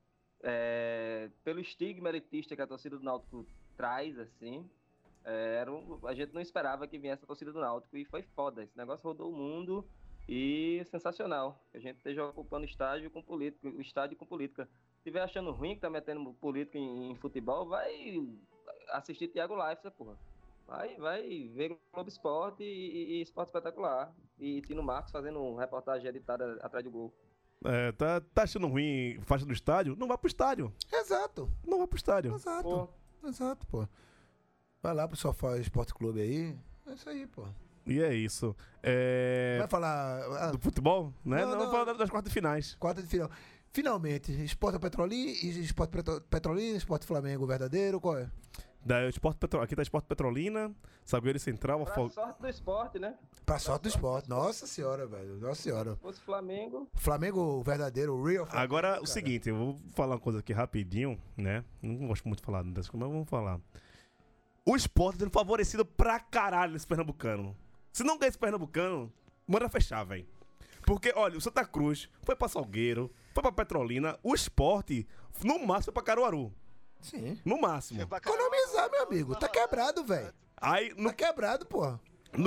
pelo estigma elitista que a torcida do Náutico traz, assim, a gente não esperava que viesse a torcida do Náutico, e foi foda. Esse negócio rodou o mundo e sensacional. Que a gente esteja ocupando o estádio com política. Se estiver achando ruim que tá metendo política em futebol, vai assistir Thiago Leifert, porra. Vai ver Globo Esporte e Esporte Espetacular. E Tino Marcos fazendo reportagem editada atrás do gol. Tá achando ruim faixa do estádio? Não vá pro estádio. Exato. Não vá pro estádio. Exato, pô. Vai lá pro Sofá Esporte Clube aí. É isso aí, pô. E é isso. Vai falar... do futebol, né? Não, vamos falar das quartas de finais. Quarta de final. Finalmente, Esporte Petrolina, Esporte Flamengo verdadeiro, qual é? Aqui tá Esporte Petrolina, Salgueiro Central... Pra sorte do esporte, né? Pra sorte do esporte. Nossa senhora, velho. Nossa senhora. Se fosse Flamengo... Flamengo verdadeiro, o real Flamengo. Agora, cara. O seguinte, eu vou falar uma coisa aqui rapidinho, né? Não gosto muito de falar dessas coisas, mas vamos falar. O Sport tá sendo favorecido pra caralho nesse Pernambucano. Se não ganhar esse Pernambucano, manda fechar, velho. Porque, olha, o Santa Cruz foi pra Salgueiro, foi pra Petrolina, o Sport, no máximo, foi pra Caruaru. Sim. No máximo. Economizar, meu amigo. Tá quebrado, velho. Tá quebrado, porra.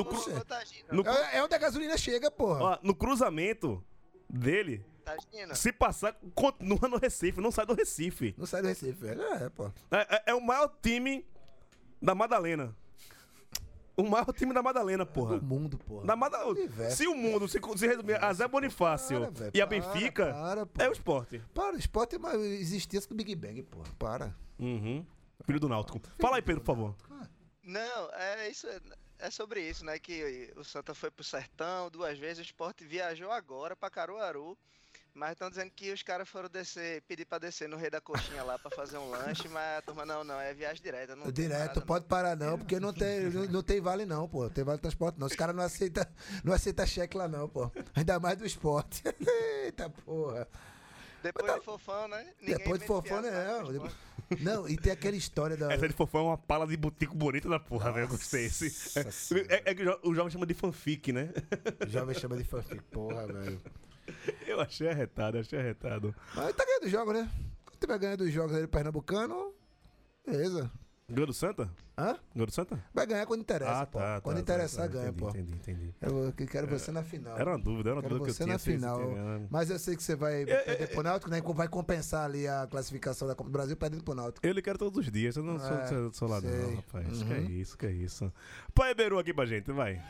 É onde a gasolina chega, porra. Ó, no cruzamento dele, se passar, continua no Recife, não sai do Recife. Não sai do Recife, velho. Pô. É o maior time da Madalena. O maior time da Madalena, porra. Do mundo, porra. Se o mundo se resumir a Zé Bonifácio e a Benfica, é o Sport. O Sport é uma existência do Big Bang, porra. Para. Filho do Náutico. Fala aí, Pedro, por favor. Não, é sobre isso, né? Que o Santa foi pro Sertão 2 vezes, o Sport viajou agora pra Caruaru. Mas estão dizendo que os caras foram pedir pra descer no Rei da Coxinha lá pra fazer um lanche, mas a turma, não, é viagem direta. Não direto, pode parar não, porque não tem vale não, pô. Não tem vale transporte não. Os caras não aceitam cheque lá não, pô. Ainda mais do esporte. Eita porra. Depois de Fofão, né? Depois de Fofão, não. Não, e tem aquela história da... Essa de Fofão é uma pala de botico bonita da porra, velho. Eu gostei. É que o jovem chama de fanfic, né? O jovem chama de fanfic, porra, velho. Eu achei arretado. Mas tá ganhando os jogos, né? Quando tiver ganhando os jogos aí do Pernambucano, beleza. Ganhou do Santa? Hã? Ganhou do Santa? Vai ganhar quando interessa, pô. Quando interessar, ganha, entendi, pô. Entendi. Eu quero você na final. Era uma dúvida Quero que eu você tinha. na final. Mas eu sei que você vai perder pro Náutico, né? Vai compensar ali a classificação da Copa do Brasil perdendo pro Náutico. Eu lhe quero todos os dias, eu não sou lá não, rapaz. Uhum. Que é isso. Põe Beru aqui pra gente, vai.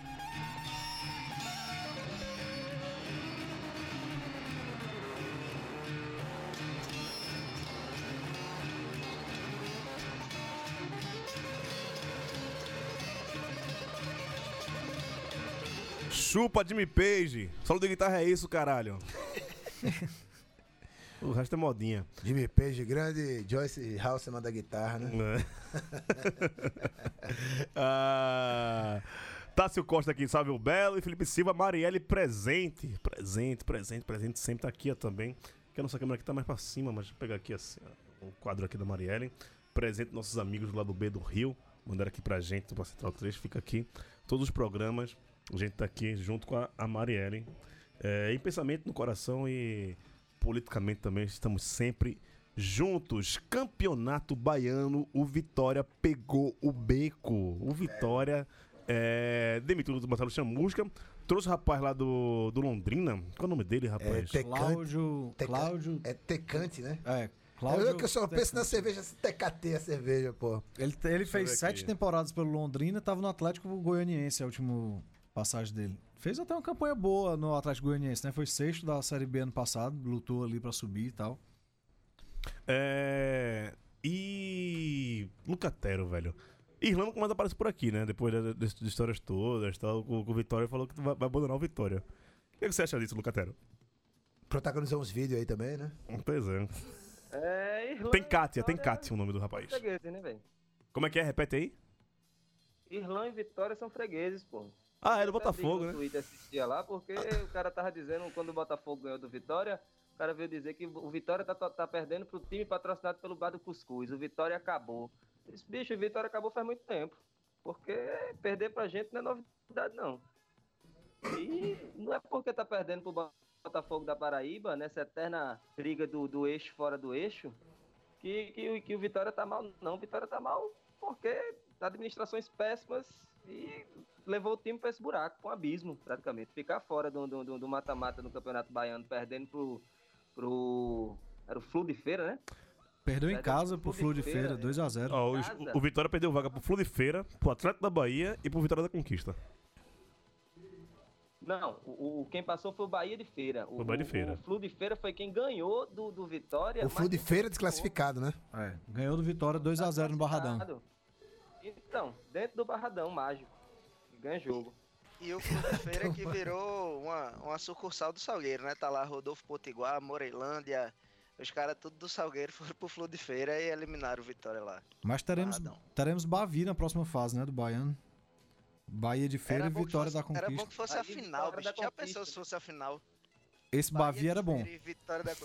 Chupa Jimmy Page. Solo de guitarra é isso, caralho. O resto é modinha. Jimmy Page, grande Joyce Halseman da guitarra, né? Tássio Costa aqui, salve o Belo. E Felipe Silva, Marielle presente. Presente. Sempre tá aqui ó, também. Que a nossa câmera aqui tá mais pra cima, mas deixa eu pegar aqui assim, ó, o quadro aqui da Marielle. Presente nossos amigos do lado B do Rio. Mandaram aqui pra gente, pra Central 3. Fica aqui. Todos os programas. A gente tá aqui junto com a Marielle. Em pensamento, no coração e politicamente também estamos sempre juntos. Campeonato Baiano, o Vitória pegou o beco. O Vitória demitiu o Marcelo Chamusca. Trouxe o rapaz lá do Londrina. Qual é o nome dele, rapaz? Cláudio. É Tecante, né? Cláudio. Eu só penso na cerveja, TKT a cerveja, pô. Ele fez 7 temporadas pelo Londrina, tava no Atlético Goianiense, a última passagem dele. Fez até uma campanha boa no Atlético Goianiense, né? Foi sexto da Série B ano passado, lutou ali pra subir e tal. E Lucatero, velho. Irlanda começa a aparecer por aqui, né? Depois das histórias todas, tal. O Vitória falou que vai abandonar o Vitória. O que você acha disso, Lucatero? Protagonizou uns vídeos aí também, né? Pois é. Irlanda, Tem Kátia o nome do rapaz. Fregueses, né, velho? Como é que é? Repete aí. Irlanda e Vitória são fregueses, pô. É do Botafogo, né? No Twitter assistia lá, porque o cara tava dizendo, quando o Botafogo ganhou do Vitória, o cara veio dizer que o Vitória tá perdendo pro time patrocinado pelo Bar do Cuscuz. O Vitória acabou. Esse bicho, o Vitória acabou faz muito tempo. Porque perder pra gente não é novidade, não. E não é porque tá perdendo pro Botafogo da Paraíba, nessa eterna briga do eixo fora do eixo, que o Vitória tá mal, não. O Vitória tá mal porque administrações péssimas e levou o time para esse buraco, com um abismo, praticamente. Ficar fora do mata-mata no Campeonato Baiano, perdendo pro... Era o Flu de Feira, né? Perdeu em casa pro Flu de Feira, 2-0. O Vitória perdeu vaga pro Flu de Feira, pro Atlético da Bahia e pro Vitória da Conquista. Não, quem passou foi o Bahia de Feira. O Flu de Feira foi quem ganhou do Vitória. O Flu de Feira desclassificado, né? Ganhou do Vitória 2-0 no Barradão. Então, dentro do Barradão, mágico. Ganha jogo. E o Flu de Feira que virou uma sucursal do Salgueiro, né? Tá lá Rodolfo Potiguar, Moreilândia. Os caras tudo do Salgueiro foram pro Flu de Feira e eliminaram o Vitória lá. Mas teremos Bavi na próxima fase, né? Do Baiano. Bahia de Feira e Vitória da Conquista. Era bom que fosse a final, bicho. Já pensou se fosse a final? Esse Bavi era bom. Vitória da...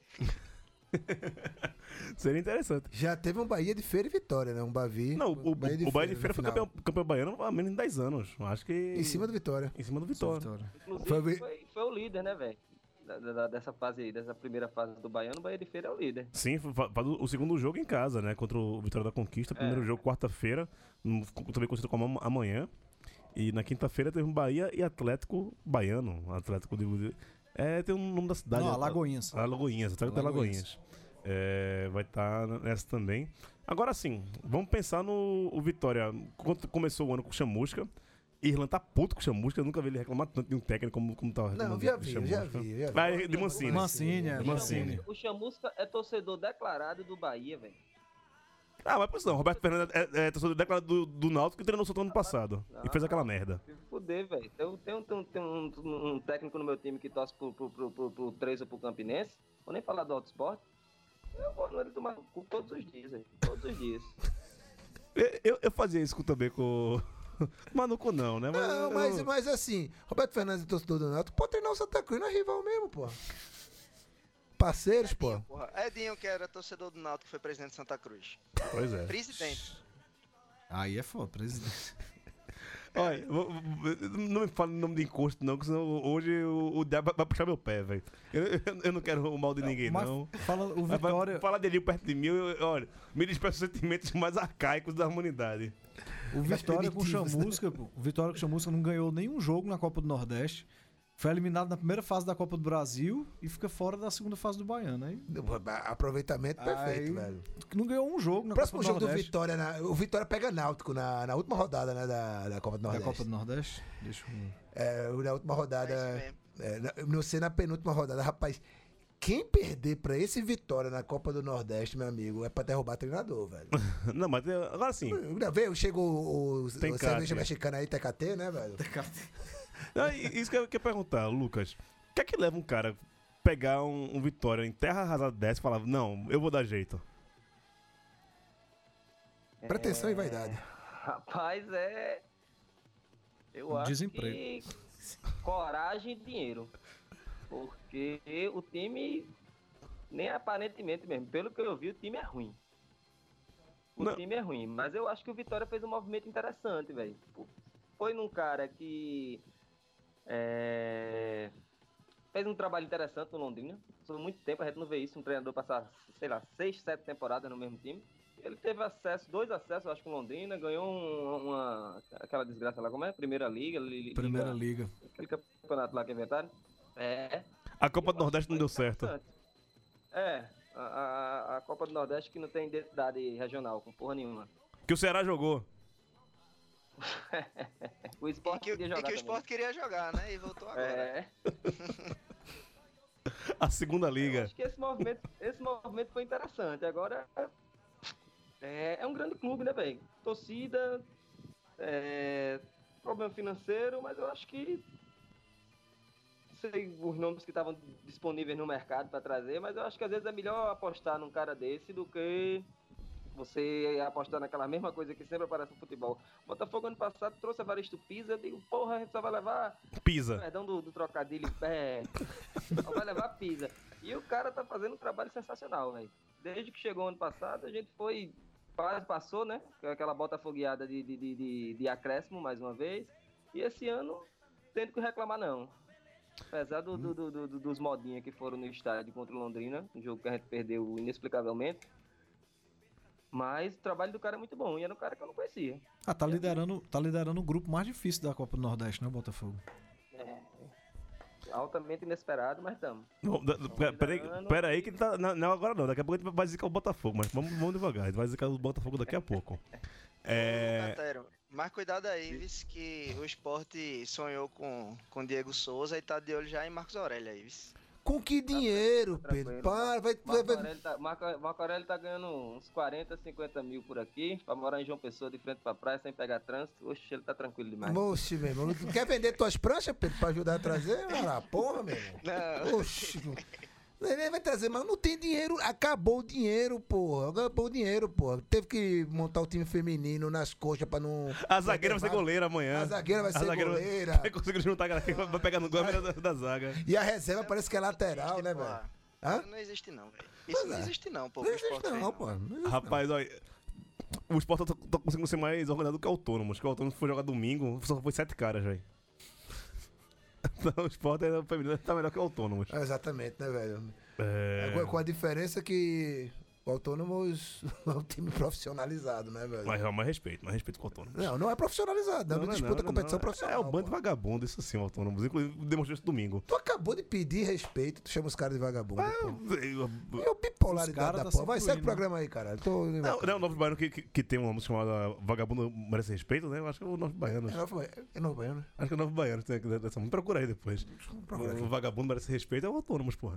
Seria interessante. Já teve um Bahia de Feira e Vitória, né? Um Bavi. Não, o Bahia de Feira foi campeão baiano há menos de 10 anos. Acho que... Em cima do Vitória. Inclusive, foi o líder, né, velho? Dessa fase aí, dessa primeira fase do Baiano, o Bahia de Feira é o líder. Sim, faz o segundo jogo em casa, né? Contra o Vitória da Conquista. Primeiro jogo, quarta-feira. Também conhecido como amanhã. E na quinta-feira teve um Bahia e Atlético Baiano. Atlético de... tem um nome da cidade. Alagoinhas. Atlético de Alagoinhas. Vai estar nessa também. Agora sim, vamos pensar no Vitória. Quando começou o ano com o Chamusca, Irlanda tá puto com o Chamusca. Eu nunca vi ele reclamar tanto de um técnico como tá reclamando. Não, já vi. De Mancini. Mancini. O Chamusca é torcedor declarado do Bahia, velho. Mas não, Roberto Fernandes é torcedor declarado do Náutico que treinou o Santos ano passado. E fez aquela merda. Fuder, velho. Tem um técnico no meu time que torce pro 3 ou pro Campinense. Vou nem falar do Auto Sport. Eu vou no ele tomar cu todos os dias, velho. Todos os dias. Eu fazia isso também com... Maluco não, né? Mas assim, Roberto Fernandes é torcedor do Náutico, pode treinar o Santa Cruz na rival mesmo, pô. parceiros, pô. Porra. Edinho, que era torcedor do Náutico, que foi presidente de Santa Cruz. Pois é. Presidente. Aí é foda, presidente. Olha, não me fale o nome de encosto, não, que senão hoje o diabo vai puxar meu pé, velho. Eu não quero o mal de ninguém, Mas não. fala o Vitória. Falar dele perto de mim, olha, me despeça os sentimentos mais arcaicos da humanidade. O Vitória com primitivos, né? Chamusca, pô. O Vitória com Chamusca não ganhou nenhum jogo na Copa do Nordeste. Foi eliminado na primeira fase da Copa do Brasil e fica fora da segunda fase do Baiano. Aí Aproveitamento perfeito, Aí, velho. não ganhou um jogo na Próximo Copa jogo do do Nordeste. Vitória, o Vitória pega Náutico na última rodada, né, da Copa do Da Nordeste. Copa do Nordeste? Deixa eu... Na última rodada, É isso não sei, na penúltima rodada, rapaz, quem perder pra esse Vitória na Copa do Nordeste, meu amigo, é pra derrubar treinador, velho. Não, mas agora sim. Chegou o Tecate. cerveja mexicana aí, TKT, né, velho? Isso que eu queria perguntar, Lucas. O que é que leva um cara pegar um Vitória em terra arrasada dessa e falar, não, eu vou dar jeito? Pretensão e vaidade. Rapaz, eu acho Desemprego. que coragem e dinheiro. Porque o time, nem aparentemente mesmo, pelo que eu vi, o time é ruim. Não. Time é ruim, mas eu acho que o Vitória fez um movimento interessante, velho. Foi num cara que fez um trabalho interessante no Londrina. Por muito tempo a gente não vê isso, um treinador passar, sei lá, 6, 7 temporadas no mesmo time. Ele teve dois acessos, acho que com Londrina, ganhou aquela desgraça lá, como é? Primeira Liga. Primeira Liga. Aquele campeonato lá que inventaram. A Copa do Nordeste não deu certo. A Copa do Nordeste que não tem identidade regional, com porra nenhuma. Que o Ceará jogou. O Sport queria jogar E que o também. Sport queria jogar, né? E voltou agora. A segunda Eu liga. acho que esse movimento foi interessante. Agora é um grande clube, né, velho? Torcida, problema financeiro, mas eu acho que sei os nomes que estavam disponíveis no mercado para trazer, mas eu acho que às vezes é melhor apostar num cara desse do que você apostar naquela mesma coisa que sempre aparece no futebol. Botafogo ano passado trouxe a Evaristo Pisa, eu digo, porra, a gente só vai levar Pisa. perdão do trocadilho, só vai levar Pisa. E o cara tá fazendo um trabalho sensacional, velho. Desde que chegou ano passado, a gente quase passou, né? Aquela botafogueada de acréscimo, mais uma vez. E esse ano, tendo que reclamar, não. Apesar dos modinhos que foram no estádio contra o Londrina, um jogo que a gente perdeu inexplicavelmente. Mas o trabalho do cara é muito bom, e era um cara que eu não conhecia. Tá liderando o grupo mais difícil da Copa do Nordeste, né, Botafogo? Altamente inesperado, mas estamos. Pera aí que tá, não agora não, daqui a pouco a gente vai zicar o Botafogo, mas vamos devagar, a gente vai zicar o Botafogo daqui a pouco. Catero, mas cuidado aí, vice, que o Sport sonhou com Diego Souza e tá de olho já em Marcos Aurélio aí, vice. Com que dinheiro, Pedro? Para, vai. Marco Aurélio tá ganhando uns 40, 50 mil por aqui, pra morar em João Pessoa, de frente pra praia, sem pegar trânsito. Oxe, ele tá tranquilo demais. Oxe, meu irmão. Tu quer vender tuas pranchas, Pedro, pra ajudar a trazer? Vai lá, porra, meu irmão. Não. Oxe. Ele vai trazer, mas não tem dinheiro. Acabou o dinheiro, porra. Acabou o dinheiro, porra. Teve que montar o time feminino nas coxas pra não. A zagueira vai ser goleira amanhã. A zagueira vai ser goleira. Vai conseguir juntar a galera que vai pegar no gol da zaga. E a reserva parece que é lateral, né, velho? Hã? Isso não existe não, velho. Isso não existe não, pô. Não existe não, pô. Não existe Rapaz, olha. O Sport tá conseguindo ser mais organizado que o Autônomo. Acho que o Autônomo foi jogar domingo, só foi 7 caras, velho. Então o Sport tá melhor que o Autônomo. Exatamente, né, velho? Com a diferença que o Autônomos é um time profissionalizado, né, velho? Mas mais respeito com o Autônomo. Não é profissionalizado, não disputa competição profissional. É o bando de vagabundo, isso sim, o Autônomo. Inclusive, demonstrou isso domingo. Tu acabou de pedir respeito, tu chama os caras de vagabundo. É o bipolaridade da porra. Vai, segue o incluindo, programa aí, cara. Não é o Novo Baiano que tem uma música chamada Vagabundo Merece Respeito, né? Eu acho que é o Novo Baiano. É Novo Baiano. Acho que é o Novo Baiano que tem dessa música. Procura aí depois. O Vagabundo Merece Respeito é o Autônomos, porra.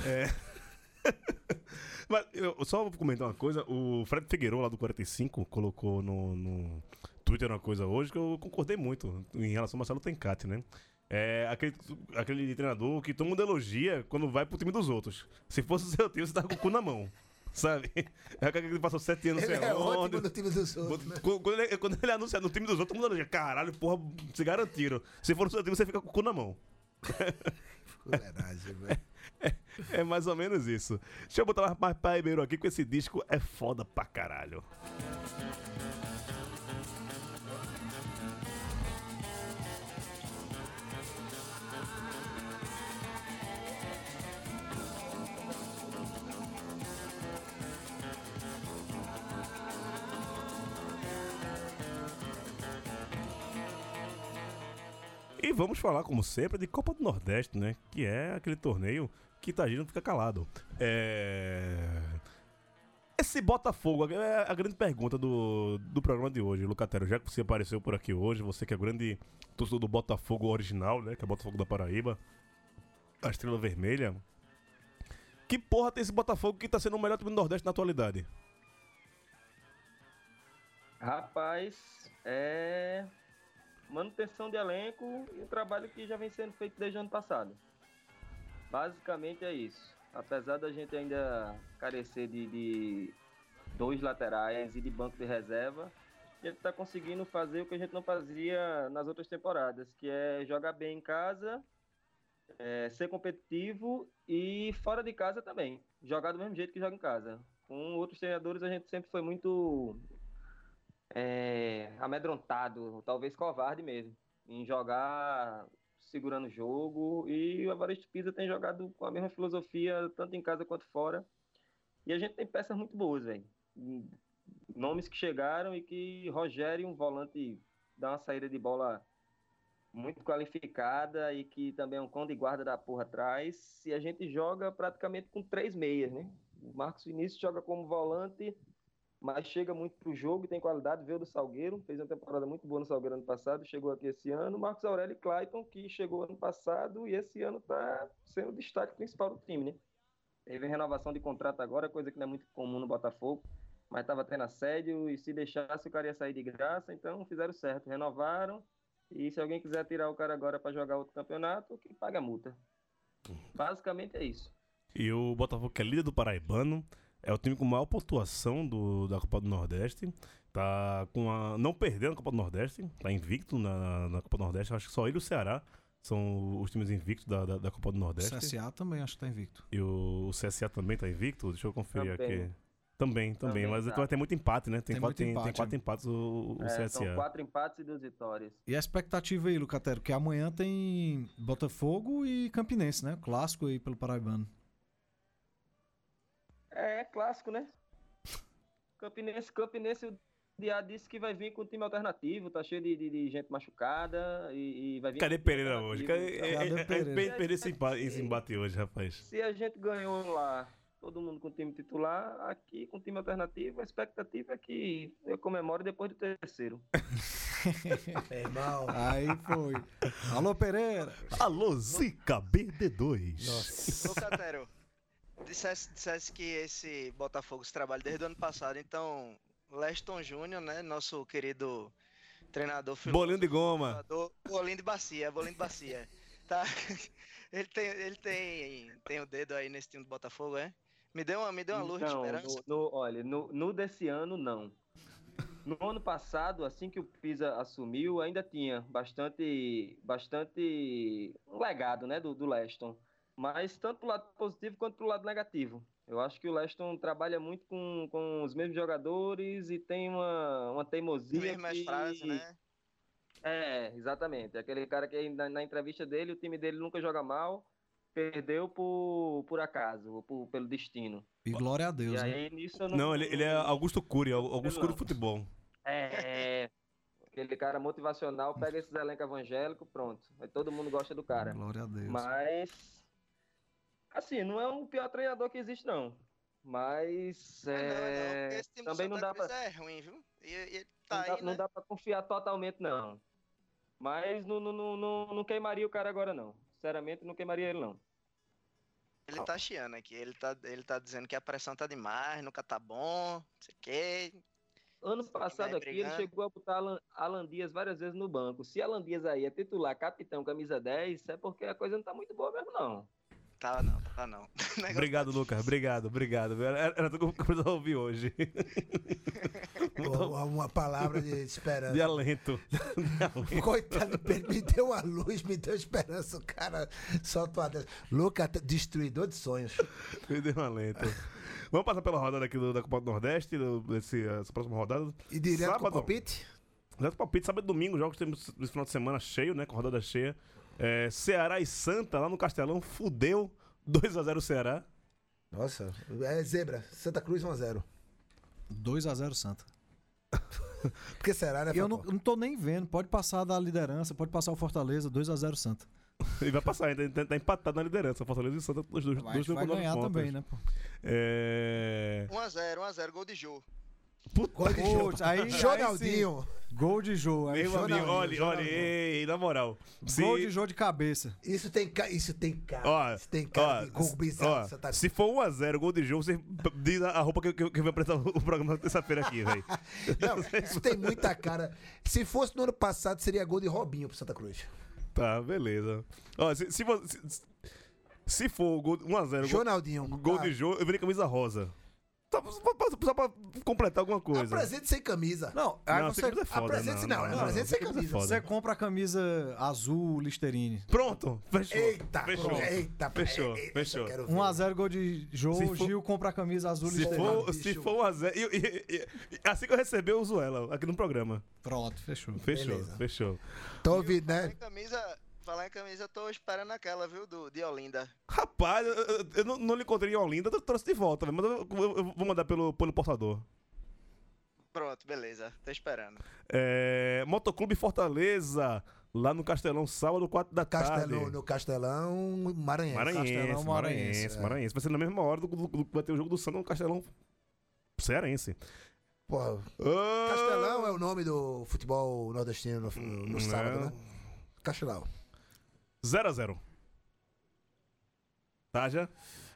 Mas eu só vou comentar uma coisa. O Fred Figueiredo lá do 45 colocou no Twitter uma coisa hoje que eu concordei muito em relação ao Marcelo Tencati, né? É aquele treinador que todo mundo elogia quando vai pro time dos outros. Se fosse o seu time, você tava com o cu na mão. Sabe? É aquele que passou 7 anos sem ótimo no time dos outros, né? Quando ele anuncia no time dos outros, todo mundo elogia. Caralho, porra, se garantiram. Se for o seu time, você fica com o cu na mão. Fuleiragem, velho. É mais ou menos isso. Deixa eu botar mais pra Ribeiro aqui, que esse disco é foda pra caralho. E vamos falar, como sempre, de Copa do Nordeste, né? Que é aquele torneio que Tagino não fica calado. Esse Botafogo é a grande pergunta do programa de hoje, Lucatero. Já que você apareceu por aqui hoje, você que é o grande torcedor do Botafogo original, né? Que é o Botafogo da Paraíba, a Estrela Vermelha. Que porra tem esse Botafogo que tá sendo o melhor time do Nordeste na atualidade? Rapaz, manutenção de elenco e um trabalho que já vem sendo feito desde o ano passado. Basicamente é isso. Apesar da gente ainda carecer de 2 laterais e de banco de reserva, a gente está conseguindo fazer o que a gente não fazia nas outras temporadas, que é jogar bem em casa, ser competitivo e fora de casa também. Jogar do mesmo jeito que joga em casa. Com outros treinadores a gente sempre foi muito amedrontado, talvez covarde mesmo, em jogar segurando o jogo, e o Evaristo Pisa tem jogado com a mesma filosofia, tanto em casa quanto fora, e a gente tem peças muito boas, velho. Nomes que chegaram e que Rogério, um volante, dá uma saída de bola muito qualificada e que também é um cão de guarda da porra atrás, e a gente joga praticamente com 3 meias, né? O Marcos Vinícius joga como volante, mas chega muito pro jogo e tem qualidade, veio do Salgueiro, fez uma temporada muito boa no Salgueiro ano passado, chegou aqui esse ano. Marcos Aurélio e Clayton, que chegou ano passado e esse ano tá sendo o destaque principal do time, né? Teve renovação de contrato agora, coisa que não é muito comum no Botafogo, mas estava tendo assédio e se deixasse o cara ia sair de graça, então fizeram certo, renovaram, e se alguém quiser tirar o cara agora para jogar outro campeonato, que paga a multa. Basicamente é isso. E o Botafogo, que é líder do Paraibano, é o time com maior pontuação da Copa do Nordeste. Tá não perdendo a Copa do Nordeste. Tá invicto na Copa do Nordeste. Acho que só ele e o Ceará são os times invictos da Copa do Nordeste. O CSA também acho que tá invicto. E o CSA também tá invicto? Deixa eu conferir também. Aqui. Também. Mas Tá. vai ter muito empate, né? Tem muito empate, 4 empates o CSA. São 4 empates e 2 vitórias. E a expectativa aí, Lucatero, que amanhã tem Botafogo e Campinense, né? Clássico aí pelo Paraibano. É clássico, né? Campinense o Diá disse que vai vir com um time alternativo, tá cheio de gente machucada e vai vir... Cadê com um time Pereira hoje? Cadê Pereira? Perder esse embate hoje, rapaz. Se a gente ganhou lá, todo mundo com time titular, aqui com time alternativo, a expectativa é que eu comemore depois do terceiro. Irmão. Aí foi. Alô, Pereira. Alô, Zica BD2. Nossa. Lucatero, dissesse que esse Botafogo se trabalha desde o ano passado, então Leston Júnior, né, nosso querido treinador Bolinho de goma. Bolinho de bacia. Tá? Ele tem o dedo aí nesse time do Botafogo, é? Me deu uma luz de esperança. Olha, no desse ano, não. No ano passado, assim que o Pisa assumiu, ainda tinha bastante um legado, né, do Leston. Mas tanto pro lado positivo quanto pro lado negativo. Eu acho que o Leston trabalha muito com os mesmos jogadores e tem uma teimosia. Mesmas frases, né? Exatamente. Aquele cara que na entrevista dele, o time dele nunca joga mal, perdeu por acaso, ou pelo destino. E glória a Deus, E né? aí nisso eu Não, ele é Augusto Cury, Augusto Cury Futebol. Aquele cara motivacional, pega esses elencos evangélicos, pronto. Aí todo mundo gosta do cara. Glória a Deus. Mas, assim, não é o pior treinador que existe, não. Mas Não, porque esse time também do não Santa dá pra... Cruz é ruim, viu? E ele tá aí, não né? dá pra confiar totalmente, não. Mas não queimaria o cara agora, não. Sinceramente, não queimaria ele, não. Ele tá chiando aqui, ele tá dizendo que a pressão tá demais, nunca tá bom, não sei o quê. Ano passado vai aqui, ele brigando. chegou a botar Alan Dias várias vezes no banco. Se Alan Dias aí é titular, capitão, camisa 10, é porque a coisa não tá muito boa mesmo, não. Tá não. Negócio Obrigado, Lucas. Obrigado. Era tudo que eu precisava ouvir hoje. Uma palavra de esperança. De alento. Coitado, me deu a luz, me deu esperança. O cara solta uma dessa. Lucas, destruidor de sonhos. Me deu um alento. Vamos passar pela rodada aqui da Copa do Nordeste, essa próxima rodada. E direto Sábado, com o palpite? Direto com o palpite, sábado e domingo, jogos temos esse final de semana cheio, né? Com rodada cheia. Ceará e Santa, lá no Castelão, fudeu. 2x0 Ceará. Nossa, é zebra. Santa Cruz 1-0. 2x0 Santa. Porque será, né, Eu Facó? não tô nem vendo. Pode passar da liderança, pode passar o Fortaleza, 2x0 Santa. E vai passar ainda, tá empatado na liderança. Fortaleza e Santa, os dois Mas estão vai com 9 ganhar pontos. também, né, pô? 1x0, gol de Jô. Gol de Pô, Jô. aí Ronaldinho. sim. Gol de Jô. Aí Meu amigo, olha, ei, na moral. Gol de Jô de cabeça. Isso tem cara. Isso tem Ó, cara de gol bizarro. Santa Cruz. se for 1x0, gol de jogo, você diz a roupa que eu vou apresentar o programa na terça-feira aqui, velho. Não, isso tem muita cara. Se fosse no ano passado, seria gol de Robinho pro Santa Cruz. Tá, beleza. Ó, se for 1x0, Ronaldinho. gol de jogo, eu venho de camisa rosa. Só pra completar alguma coisa. Apresente sem camisa. Não, aí Não, você, sem camisa é foda. Apresente apresente sem camisa. foda. você compra a camisa azul Listerine. Pronto, fechou. Eita, fechou. pronto. Eita, Fechou, eita, fechou. eu quero ver. 1x0 gol de Jô, Se for- Gil compra a camisa azul Se Listerine. for 1x0. Assim que eu receber, eu uso ela aqui no programa. Pronto, fechou. Beleza. Fechou. Tô ouvindo, Falar né? em camisa, eu tô esperando aquela, viu, de Olinda. Rapaz, eu não lhe encontrei em Olinda, eu trouxe de volta, velho, mas eu vou mandar pelo portador. Pronto, beleza, tô esperando. Motoclube Fortaleza, lá no Castelão, sábado, 4 da tarde. No Castelão, Maranhense. Castelão, Maranhense. Maranhense. Vai ser na mesma hora do vai ter o jogo do Santa no Castelão Cearense. Pô, Castelão é o nome do futebol nordestino no sábado, né? Castelão. 0x0. Taja?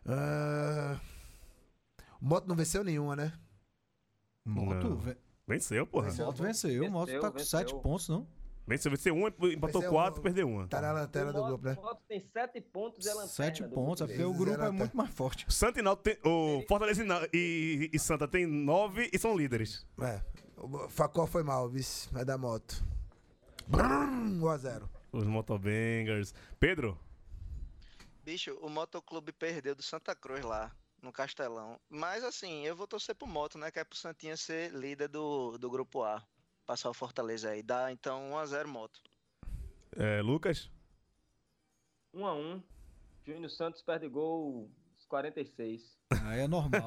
Moto não venceu nenhuma, né? Moto, Não. Venceu, porra. Moto venceu. Moto tá com 7 pontos, não? Venceu um, empatou Venceu 4, um. perdeu uma. Tá na lanterna do grupo, né? O Moto tem 7 pontos e a lanterna. 7 do pontos, é grupo porque o dele. grupo é Zero muito mais forte. Santa e Náutico o Fortaleza e Santa tem 9 e são líderes. O Facó foi mal, vice. Vai dar moto. 1-0. Os Motobangers. Pedro? Bicho, o Motoclube perdeu do Santa Cruz lá, no Castelão. Mas assim, eu vou torcer pro Moto, né? Que é pro Santinha ser líder do grupo A. Passar o Fortaleza aí. Dá então 1x0 Moto. Lucas? 1-1. Júnior Santos perde gol aos 46. Aí é normal,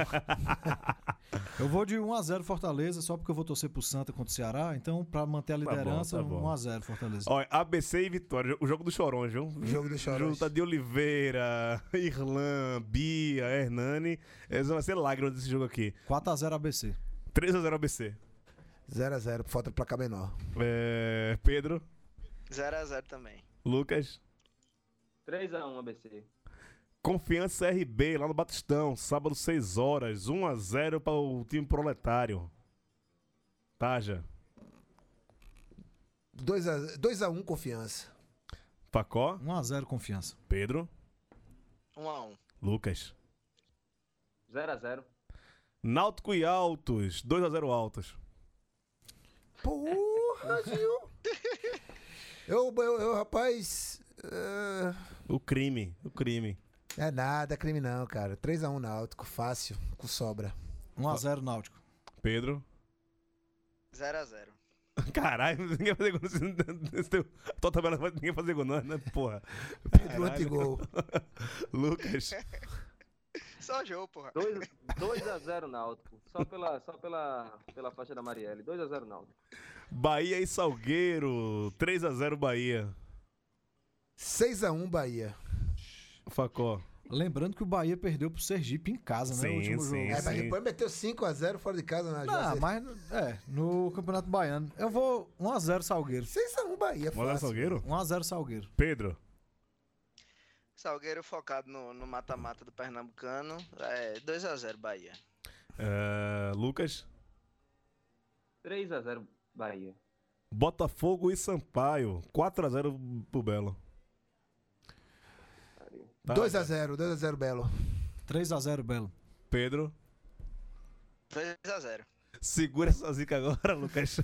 Eu vou de 1x0 Fortaleza, só porque eu vou torcer pro Santa contra o Ceará. Então, pra manter a liderança, tá bom. 1x0 Fortaleza. Olha, ABC e Vitória, o jogo do Chorões, viu? Jogo do Chorões. Junta de Oliveira, Irlan, Bia, Hernani. Vai ser lágrima desse jogo aqui. 4x0 ABC. 3x0 ABC. 0-0, falta placar menor. Pedro, 0x0 também. Lucas. 3-1 ABC. Confiança RB, lá no Batistão, sábado 6 horas, 1x0 para o time proletário. Taja. 2-1, confiança. Facó. 1x0 confiança. Pedro. 1x1. Lucas. 0-0. Náutico e Altos, 2x0 Altos. Porra, Gil. Eu rapaz. O crime. É nada, crime não, cara. 3-1 Náutico, fácil, com sobra. 1x0 Náutico. Pedro. 0x0. Caralho, ninguém vai fazer gol nesse teu. Tua tabela vai ninguém fazer gol, não, né, porra? Pedro antigol. Lucas. Só jogo, porra. 2-0 Náutico. Só pela faixa da Marielle. 2-0 Náutico. Bahia e Salgueiro, 3x0 Bahia. 6-1 Bahia. Facó. Lembrando que o Bahia perdeu pro Sergipe em casa, né? Sim, O último sim, jogo. Mas depois meteu 5-0 fora de casa na Não, mas no Campeonato Baiano. Eu vou 1x0 Salgueiro. 6-1 Bahia, Bora fácil. Salgueiro? 1x0 Salgueiro. Pedro. Salgueiro focado no mata-mata do Pernambucano. 2x0 Bahia. Lucas. 3-0 Bahia. Botafogo e Sampaio, 4x0 pro Belo. Tá, 2x0 Belo. 3x0 Belo. Pedro. 2x0. Segura essa zica agora, Lucas.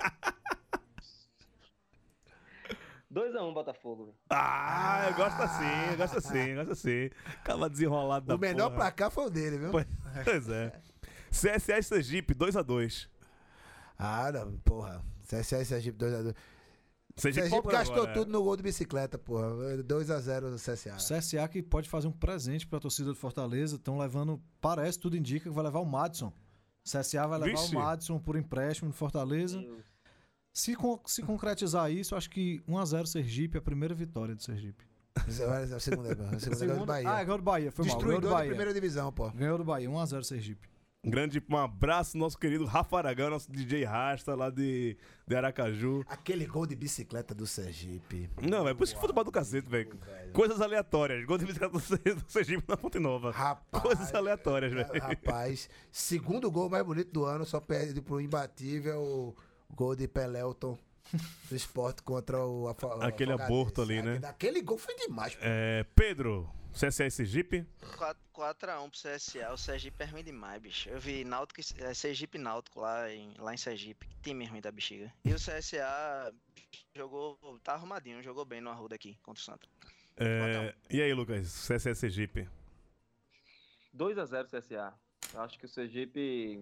2x1 Botafogo. Velho. Eu gosto assim. Acaba desenrolado da O menor porra. placar foi o dele, viu? Pois é. CSA e Sergipe, 2x2. Não, porra. CSA e Sergipe 2x2. Sergipe gastou tudo no gol de bicicleta, porra. 2x0 no CSA. O CSA que pode fazer um presente pra torcida do Fortaleza. Estão levando, parece, tudo indica que vai levar o Madison. O CSA vai levar o Madison por empréstimo no Fortaleza. Se concretizar isso, eu acho que 1x0 Sergipe é a primeira vitória do Sergipe. A segunda ganhou do Bahia. Ganhou do Bahia, foi mal. Destruidor da primeira divisão, pô. Ganhou do Bahia, 1x0 Sergipe. Um abraço nosso querido Rafa Aragão, nosso DJ Rasta lá de Aracaju. Aquele gol de bicicleta do Sergipe. Não, é por isso que futebol do cacete, velho. Coisas aleatórias. Gol de bicicleta do Sergipe na Fonte Nova. Rapaz, coisas aleatórias, velho. Rapaz, segundo gol mais bonito do ano, só perde pro imbatível gol de Pelelton do Sport contra o aquele aborto ali, né? Aquele gol foi demais, pô. Pedro, CSA e Sergipe? 4x1 pro CSA. O Sergipe é ruim demais, bicho. Eu vi Náutico, Sergipe Náutico lá em Sergipe. Que time ruim da bexiga. E o CSA tá arrumadinho, jogou bem no Arruda aqui contra o Santos. E aí, Lucas, CSA e Sergipe? 2x0 CSA. Eu acho que o Sergipe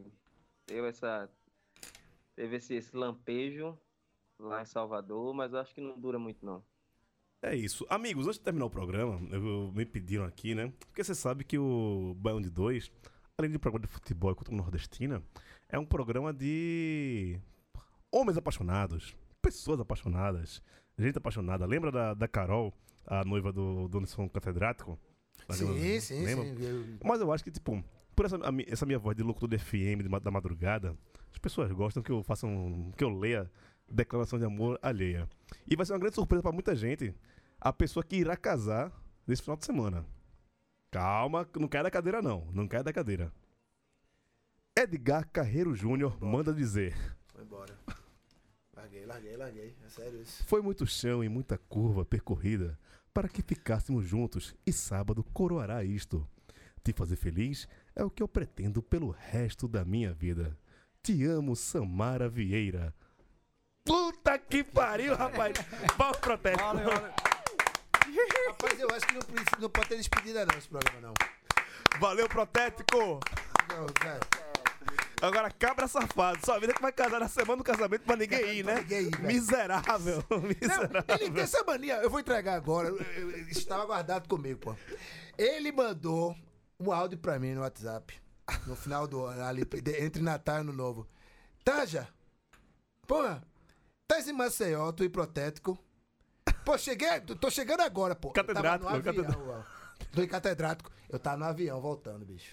teve esse lampejo lá em Salvador, mas eu acho que não dura muito, não. É isso. Amigos, antes de terminar o programa, me pediram aqui, né? Porque você sabe que o Baião de 2, além de um programa de futebol e cultura nordestina, é um programa de homens apaixonados, pessoas apaixonadas, gente apaixonada. Lembra da Carol, a noiva do Nilson Catedrático? Sim. Mas eu acho que, tipo, por essa minha voz de locutor de FM da madrugada, as pessoas gostam que eu leia declaração de amor alheia. E vai ser uma grande surpresa pra muita gente a pessoa que irá casar nesse final de semana. Calma, não cai da cadeira não. Não cai da cadeira. Edgar Carreiro Júnior manda dizer: Foi embora. Larguei. É sério isso. Foi muito chão e muita curva percorrida para que ficássemos juntos e sábado coroará isto. Te fazer feliz é o que eu pretendo pelo resto da minha vida. Te amo, Samara Vieira. Puta que pariu, rapaz! Palmas pro Teco. Valeu. Rapaz, eu acho que não pode ter despedida não esse programa, não. Valeu, Protético! Não, cara. Agora, cabra safado. Sua vida que vai casar na semana do casamento pra ninguém ir, né? Miserável. Não, ele tem essa mania. Eu vou entregar agora. Estava guardado comigo, pô. Ele mandou um áudio pra mim no WhatsApp. No final do ano, ali, entre Natal e Ano Novo. Tanja, porra, tá em Maceió, tu e Protético. Pô, tô chegando agora, pô. Catedrático. Tô em Catedrático. Eu tava no avião voltando, bicho.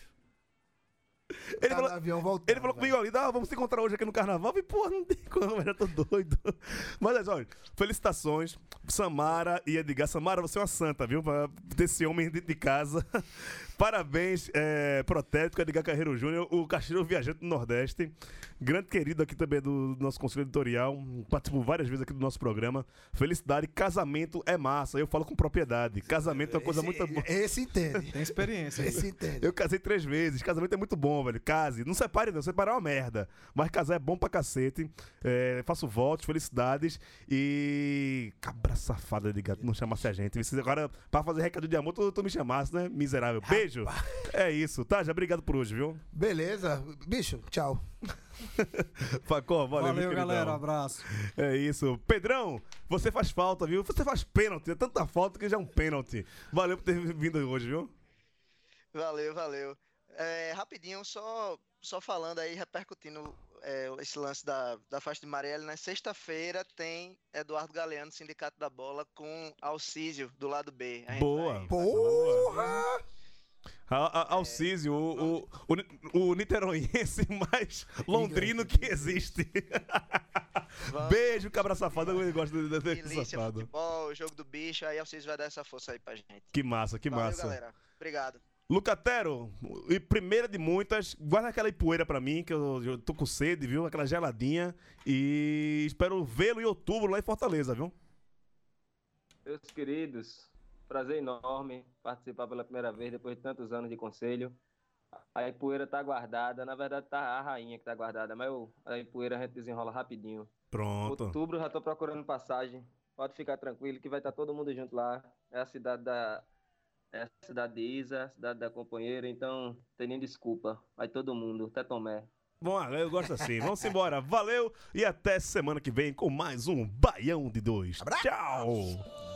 Ele falou comigo ali, vamos se encontrar hoje aqui no carnaval. Eu falei, pô, não tem como, eu já tô doido. Mas olha, felicitações, Samara e Edgar. Samara, você é uma santa, viu? Pra ter esse homem dentro de casa. Parabéns, Protético, Edgar Carreiro Júnior, o Cacheiro Viajante do Nordeste. Grande querido aqui também do nosso conselho editorial. Participou várias vezes aqui do nosso programa. Felicidade, casamento é massa. Eu falo com propriedade. Casamento é uma coisa muito boa. Esse entende. Tem experiência. Esse entende. Eu casei 3 vezes. Casamento é muito bom, velho. Case. Não separe, não. Separar é uma merda. Mas casar é bom pra cacete. Faço votos, felicidades. E. Cabra safada de gato, não chamasse a gente. Agora, pra fazer recado de amor, tu me chamasse, né? Miserável. Beijo. É isso. Tá, já obrigado por hoje, viu? Beleza. Bicho, tchau. Facó, valeu galera. Abraço. É isso. Pedrão, você faz falta, viu? Você faz pênalti. É tanta falta que já é um pênalti. Valeu por ter vindo hoje, viu? Valeu. Rapidinho, só falando aí, repercutindo esse lance da faixa de Marielle. Na sexta-feira tem Eduardo Galeano, Sindicato da Bola, com Alcísio do lado B. Boa. Porra! Alcísio, o niteroiense mais londrino que existe. Beijo, cabra safado. Eu gosto desse Milícia, safado. Futebol, jogo do bicho. Aí Alcísio vai dar essa força aí pra gente. Que massa. Valeu, galera. Obrigado. Lucatero, e primeira de muitas, guarda aquela ipueira pra mim, que eu tô com sede, viu? Aquela geladinha. E espero vê-lo em outubro lá em Fortaleza, viu? Meus queridos, prazer enorme participar pela primeira vez, depois de tantos anos de conselho. A Ipueira tá guardada, na verdade tá a rainha que tá guardada, mas a Ipueira a gente desenrola rapidinho. Pronto. Outubro já tô procurando passagem, pode ficar tranquilo que vai estar todo mundo junto lá. É a cidade de Isa, a cidade da companheira, então não tem nem desculpa. Vai todo mundo, até Tomé. Bom, eu gosto assim. Vamos embora. Valeu e até semana que vem com mais um Baião de 2. Tchau!